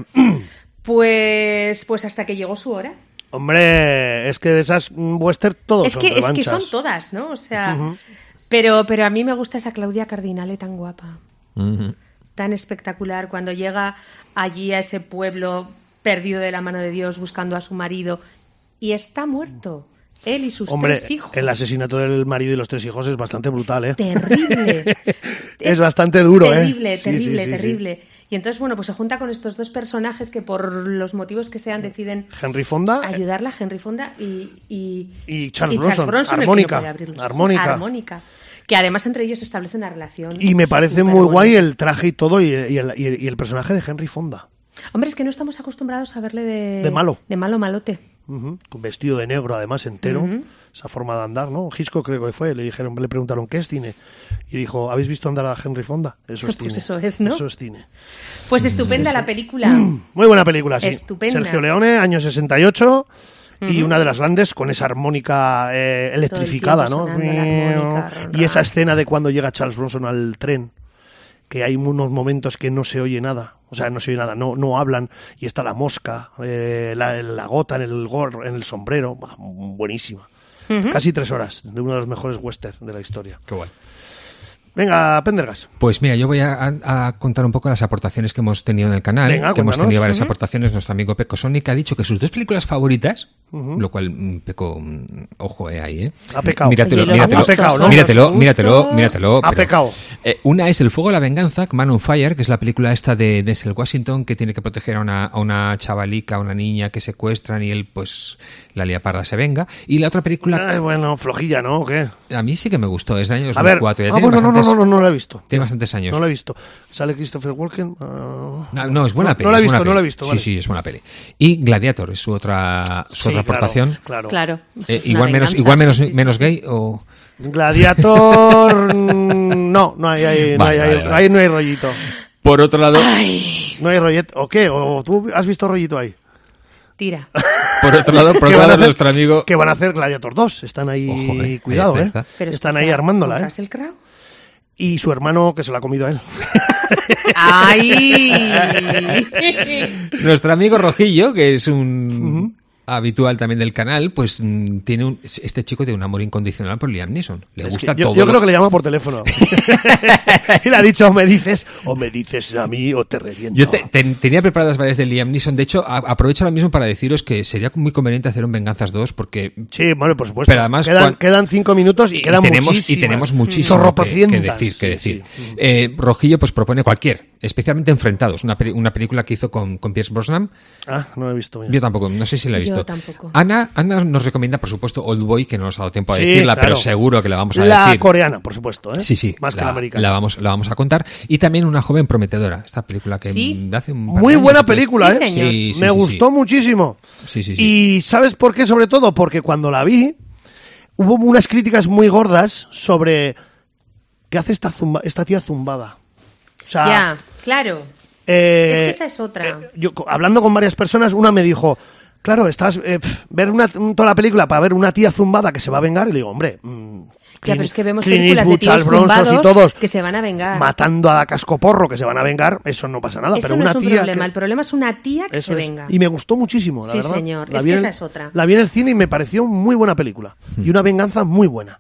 Pues, pues hasta que llegó su hora. Hombre, es que de esas mm, western todos Es son que, es que revanchas. son todas, ¿no? O sea, pero, pero a mí me gusta esa Claudia Cardinale tan guapa, Ujú. tan espectacular, cuando llega allí a ese pueblo perdido de la mano de Dios buscando a su marido y está muerto, él y sus Hombre, tres hijos. el asesinato del marido y los tres hijos es bastante brutal, ¿eh? Terrible. Es bastante duro, ¿eh? terrible, Sí, Terrible, sí, sí, terrible. Y entonces, bueno, pues se junta con estos dos personajes que por los motivos que sean deciden Henry Fonda ayudarla, Henry Fonda y, y, y Charles Bronson. el que no Armónica. puede abrir los ojos. Armónica. Armónica. Que además entre ellos se establece una relación. Y me parece súper muy guay bonita. el traje y todo y, y el, y el- y el personaje de Henry Fonda. Hombre, es que no estamos acostumbrados a verle de... De malo. De malo malote. Ujú, con vestido de negro además entero, Ujú. esa forma de andar, ¿no? Hitchcock creo que fue, le dijeron, le preguntaron ¿qué es cine? Y dijo, ¿habéis visto andar a Henry Fonda? Eso es Pues cine. eso es, ¿no? Eso es cine. Pues estupenda la película. Muy buena película, sí. Estupenda. Sergio Leone, año sesenta y ocho, y una de las grandes con esa armónica eh, electrificada, tiempo ¿no? sonando la armónica, Y esa escena de cuando llega Charles Bronson al tren, que hay unos momentos que no se oye nada, o sea, no se oye nada, no, no hablan, y está la mosca, eh, la, la gota en el gorro, en el sombrero, bah, buenísima. Casi tres horas de uno de los mejores westerns de la historia. Qué guay. Venga, Pendergas. Pues mira, yo voy a, a- a contar un poco las aportaciones que hemos tenido en el canal. Venga, que hemos cuéntanos. tenido varias Ujú. aportaciones. Nuestro amigo Peco Sonic ha dicho que sus dos películas favoritas, lo cual mm, Peco, mm, ojo eh, ahí, ¿eh? Ha pecado. Míratelo, Oye, los míratelo, gustos, pecado, ¿no? míratelo, los míratelo, gustos. míratelo. Ha pero, pecado. eh, una es El fuego de la venganza, Man on Fire, que es la película esta de Denzel Washington, que tiene que proteger a una, a una chavalica, a una niña que secuestran y él, pues, la liaparda se venga. Y la otra película, Ay, bueno, flojilla, ¿no? ¿O qué? a mí sí que me gustó, es del año A ver, dos mil cuatro. Ya ah, tiene bueno, no, no, bastantes- no, no, no la he visto. Tiene bastantes años. No la he visto. ¿Sale Christopher Walken? Ah. No, no, es buena No, peli. no la he es buena visto, no la he peli. visto, Sí, vale. sí, es buena peli. Y Gladiator es su otra, su Sí, otra claro, aportación. Claro. Claro. Eh, Eso es una igual menos, venganza, igual menos, sí, sí, sí. menos gay o. Gladiator. mm, no, no hay, hay- no, Vale, hay, vale, hay- vale. ahí no hay rollito. Por otro lado, No hay rollito. ¿O qué? ¿O tú has visto rollito ahí? Tira. por otro lado, por ¿Qué otro van a lado, hacer? nuestro amigo. ¿Qué van a hacer Gladiator dos? Están ahí, Ojo, eh, ahí cuidado, está, ¿eh? ahí está. Pero Están escucha, ahí armándola, ¿con ¿eh? Russell Crowe? Y su hermano que se lo ha comido a él. ¡Ay! Nuestro amigo Rojillo, que es un habitual también del canal, pues mm, tiene un, este chico tiene un amor incondicional por Liam Neeson. Le Es gusta que yo, todo. yo lo- creo que le llama por teléfono. Y le ha dicho, o me dices, o me dices a mí, o te reviento. Yo te- ten- tenía preparadas varias de Liam Neeson. De hecho, a- aprovecho ahora mismo para deciros que sería muy conveniente hacer un Venganzas dos porque Sí, bueno, por supuesto. Pero además, quedan, cuan- quedan cinco minutos y, quedan tenemos, y muchísimas. tenemos muchísimo que, Zorropecientas. que decir. Que Sí, decir. sí. Eh, Rojillo pues propone cualquier, especialmente Enfrentados, una, peli- una película que hizo con, con Pierce Brosnan. Ah, no lo he visto. Mira. Yo tampoco, no sé si la he visto. supuesto. Yo tampoco. Ana, Ana nos recomienda, por supuesto, Oldboy, que no nos ha dado tiempo a Sí, decirla, claro. pero seguro que la vamos a La decir. coreana, por supuesto, ¿eh? Sí, sí. Más que la, la americana. La vamos, la vamos a contar. Y también Una joven prometedora, esta película que Sí. hace un par de Muy años, buena o tres. película, Sí, ¿eh? señor. Sí, sí, Me sí, gustó sí. muchísimo. Sí, sí, sí. Y ¿sabes por qué? Sobre todo porque cuando la vi hubo unas críticas muy gordas sobre qué hace esta, zumba, esta tía zumbada. O sea, Ya, claro. eh, Es que esa es otra. eh, yo, co- hablando con varias personas, una me dijo, claro, estás eh, pf, ver una, toda la película para ver una tía zumbada que se va a vengar, y le digo, hombre, mmm, Ya, pero es que vemos Clint películas de Eastwood, tíos Charles Bronson y zumbados todos que se van a vengar. matando a cascoporro que se van a vengar, eso no pasa nada. Eso pero no una es un tía problema. que- El problema es una tía que Eso se es. venga. Y me gustó muchísimo, la Sí, verdad. señor. La Es vi que en- esa es otra. La vi en el cine y me pareció muy buena película. Y una venganza muy buena.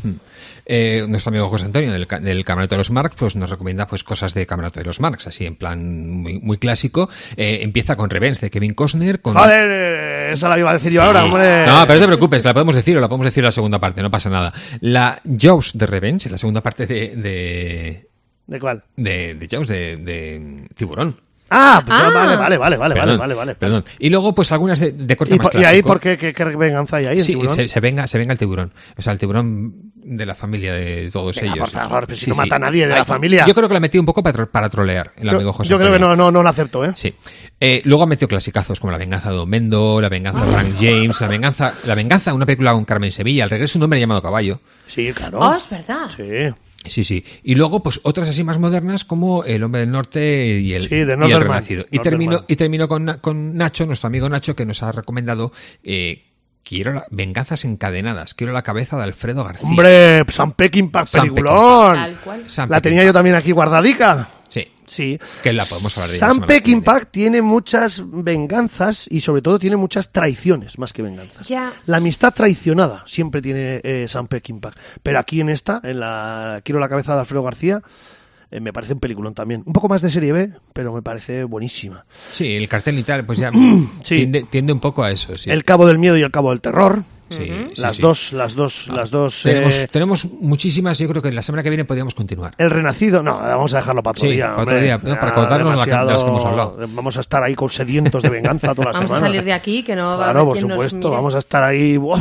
Eh, nuestro amigo José Antonio del, ca- del Camarote de los Marx pues nos recomienda pues cosas de Camarote de los Marx, así en plan muy, muy clásico. Eh, empieza con Revenge de Kevin Costner. Con... Joder, esa la iba a decir yo Sí. ahora, hombre. No, pero no te preocupes, la podemos decir o la podemos decir en la segunda parte, no pasa nada. La Jaws de Revenge, la segunda parte de de, ¿De cuál? de, de Jaws, de, de Tiburón. Ah, pues ya, Ah. vale, vale, vale, vale, Perdón, vale, vale. perdón. Y luego pues algunas de, de corte ¿Y, más por- y clásico. ahí por qué, qué, qué venganza hay ahí? en Sí, Tiburón? se, se venga, se venga el tiburón. O sea, el tiburón de la familia de todos Venga, ellos. por favor, pero si no mata a nadie de la Ay, familia. Yo creo que la ha metido un poco para, tro- para trolear el yo amigo José yo creo que Antonio. no, no, no lo acepto, ¿eh? Sí. Eh, luego ha metido clasicazos como La venganza de Don Mendo, La venganza de Frank James, La venganza, La venganza, una película con Carmen Sevilla, El regreso de un hombre llamado Caballo. Sí, claro. Oh, es verdad. Sí. Sí, sí. Y luego, pues otras así más modernas como El hombre del norte y el, Sí, de y el Northern Man. renacido. Y Northern termino, Man. y termino con, Na- con Nacho, nuestro amigo Nacho, que nos ha recomendado eh, Quiero la, Venganzas encadenadas. Quiero la cabeza de Alfredo García. Hombre, Sam Peckinpah, Sam peliculón. Tal cual. Sam La tenía Peckinpah. yo también aquí guardadica. Sí. Sí. Que la podemos hablar de ella la Sam semana que viene. Peckinpah tiene muchas venganzas y sobre todo tiene muchas traiciones más que venganzas. Ya. La amistad traicionada siempre tiene eh, Sam Peckinpah. Pero aquí en esta, en la Quiero la cabeza de Alfredo García, eh, me parece un peliculón también. Un poco más de serie B, pero me parece buenísima. Sí, el cartel y tal, pues ya Sí. tiende, tiende un poco a eso, sí. El Cabo del Miedo y el Cabo del Terror. Sí, sí, las sí. dos, las dos, Ah, las dos. Tenemos, eh, tenemos muchísimas, yo creo que la semana que viene podríamos continuar. El Renacido, no, vamos a dejarlo para otro Sí, día. para otro hombre. día, ¿no? Para Ya, contarnos la que- de las que demasiado- hemos hablado. Vamos a estar ahí con sedientos de venganza toda la Vamos a semana. salir de aquí, que no va a Claro, haber por quien nos supuesto, mire. vamos a estar ahí. ¡buah!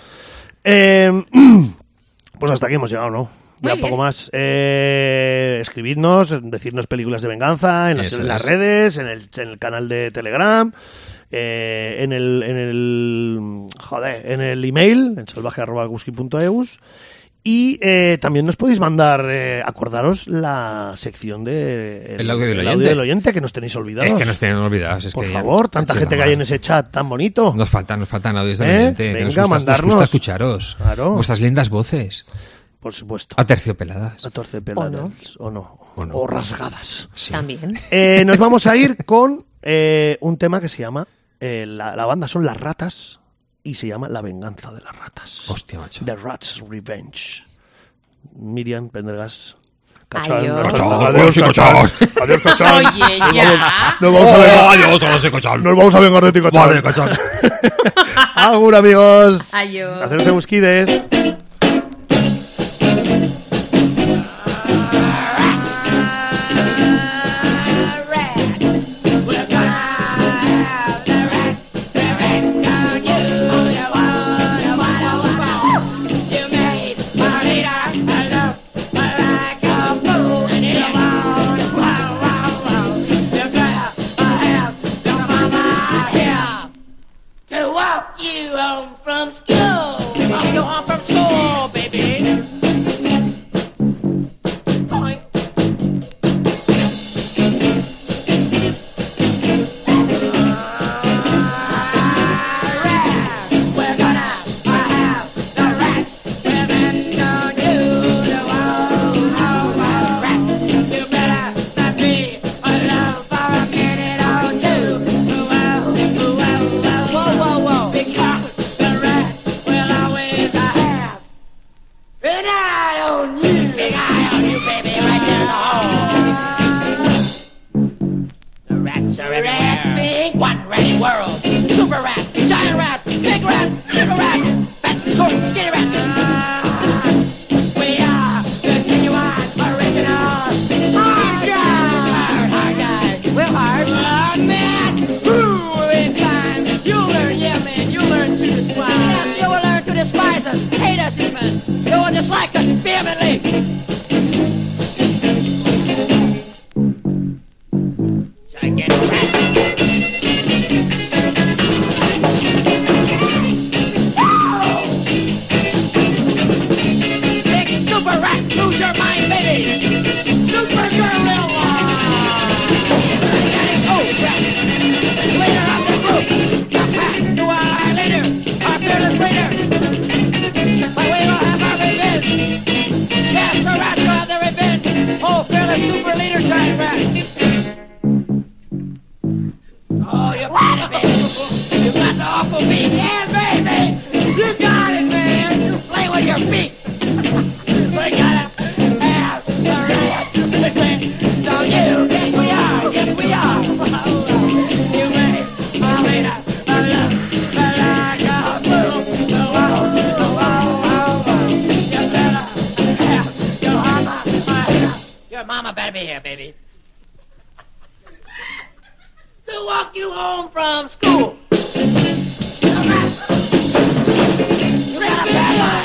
Eh, pues hasta aquí hemos llegado, ¿no? Muy Ya bien. poco más. Eh, escribidnos, decirnos películas de venganza en las, Eso en las es. redes, en el, en el canal de Telegram, eh, en el en el joder, en el email, en salvaje arroba guski punto eus. Y eh, también nos podéis mandar, eh, acordaros la sección de El audio del el oyente. del oyente que nos tenéis olvidados. Es que nos tienen olvidados. Es Por que favor, tanta Cachis, gente que mamá. hay en ese chat tan bonito. Nos faltan, nos faltan audios del ¿Eh? oyente. que nos Venga, gusta, nos mandarnos. gusta escucharos. Claro. Vuestras lindas voces. Por supuesto. Aterciopeladas. A torcepeladas. O no. O no. O rasgadas. Sí. También. Eh, nos vamos a ir con eh, un tema que se llama. eh, la, la banda son Las Ratas y se llama La Venganza de las Ratas. Hostia, macho. The Rats Revenge. Miriam Pendergas. Adiós. Cachao. Adiós, sí, cachao. Adiós, cachao. Oye, ya. Nos vamos a vengar, adiós, ahora sí, cachao. nos vamos a vengar de ti, cachao. Vale, cachao. Agur, amigos. Adiós. Haceros busquides. To walk you home from school. Walk you home from school, baby. Boing. Alright, we're gonna have the rats living on you. The wall, wall, wall, rat. You better not be alone for a minute or two. Well, well, well, whoa, whoa, whoa. Because the rat will always have an eye on you. Big eye on you, baby, right there in the hole. The rats are everywhere. Rat big, one ratty world. Super rat, giant rat, big rat, little rat, fat, short, skinny rat. We are the genuine original hard guys. Hard guys. We're hard. Hard man. Ooh, in time, you'll learn, yeah, man. gonna get wrecked. Big super rat, lose your mind, baby. Super gorilla. Oh, crap. Leader of the group. The pack to our leader, our fearless leader. But we will have our revenge. Yes, the rats will have their revenge. Oh, fearless super leader, giant rat. Oh, you got it, baby. You got the awful beat. Yeah, baby. You got it, man. You play with your feet. We gotta have the right to the plan. Don't you? Yes, we are. Yes, we are. You made a leader. A love. A like a fool. The wow. The wow. Wow. Wow. You better have your mama. Your mama better be here, baby. To walk you home from school. You got a bad line.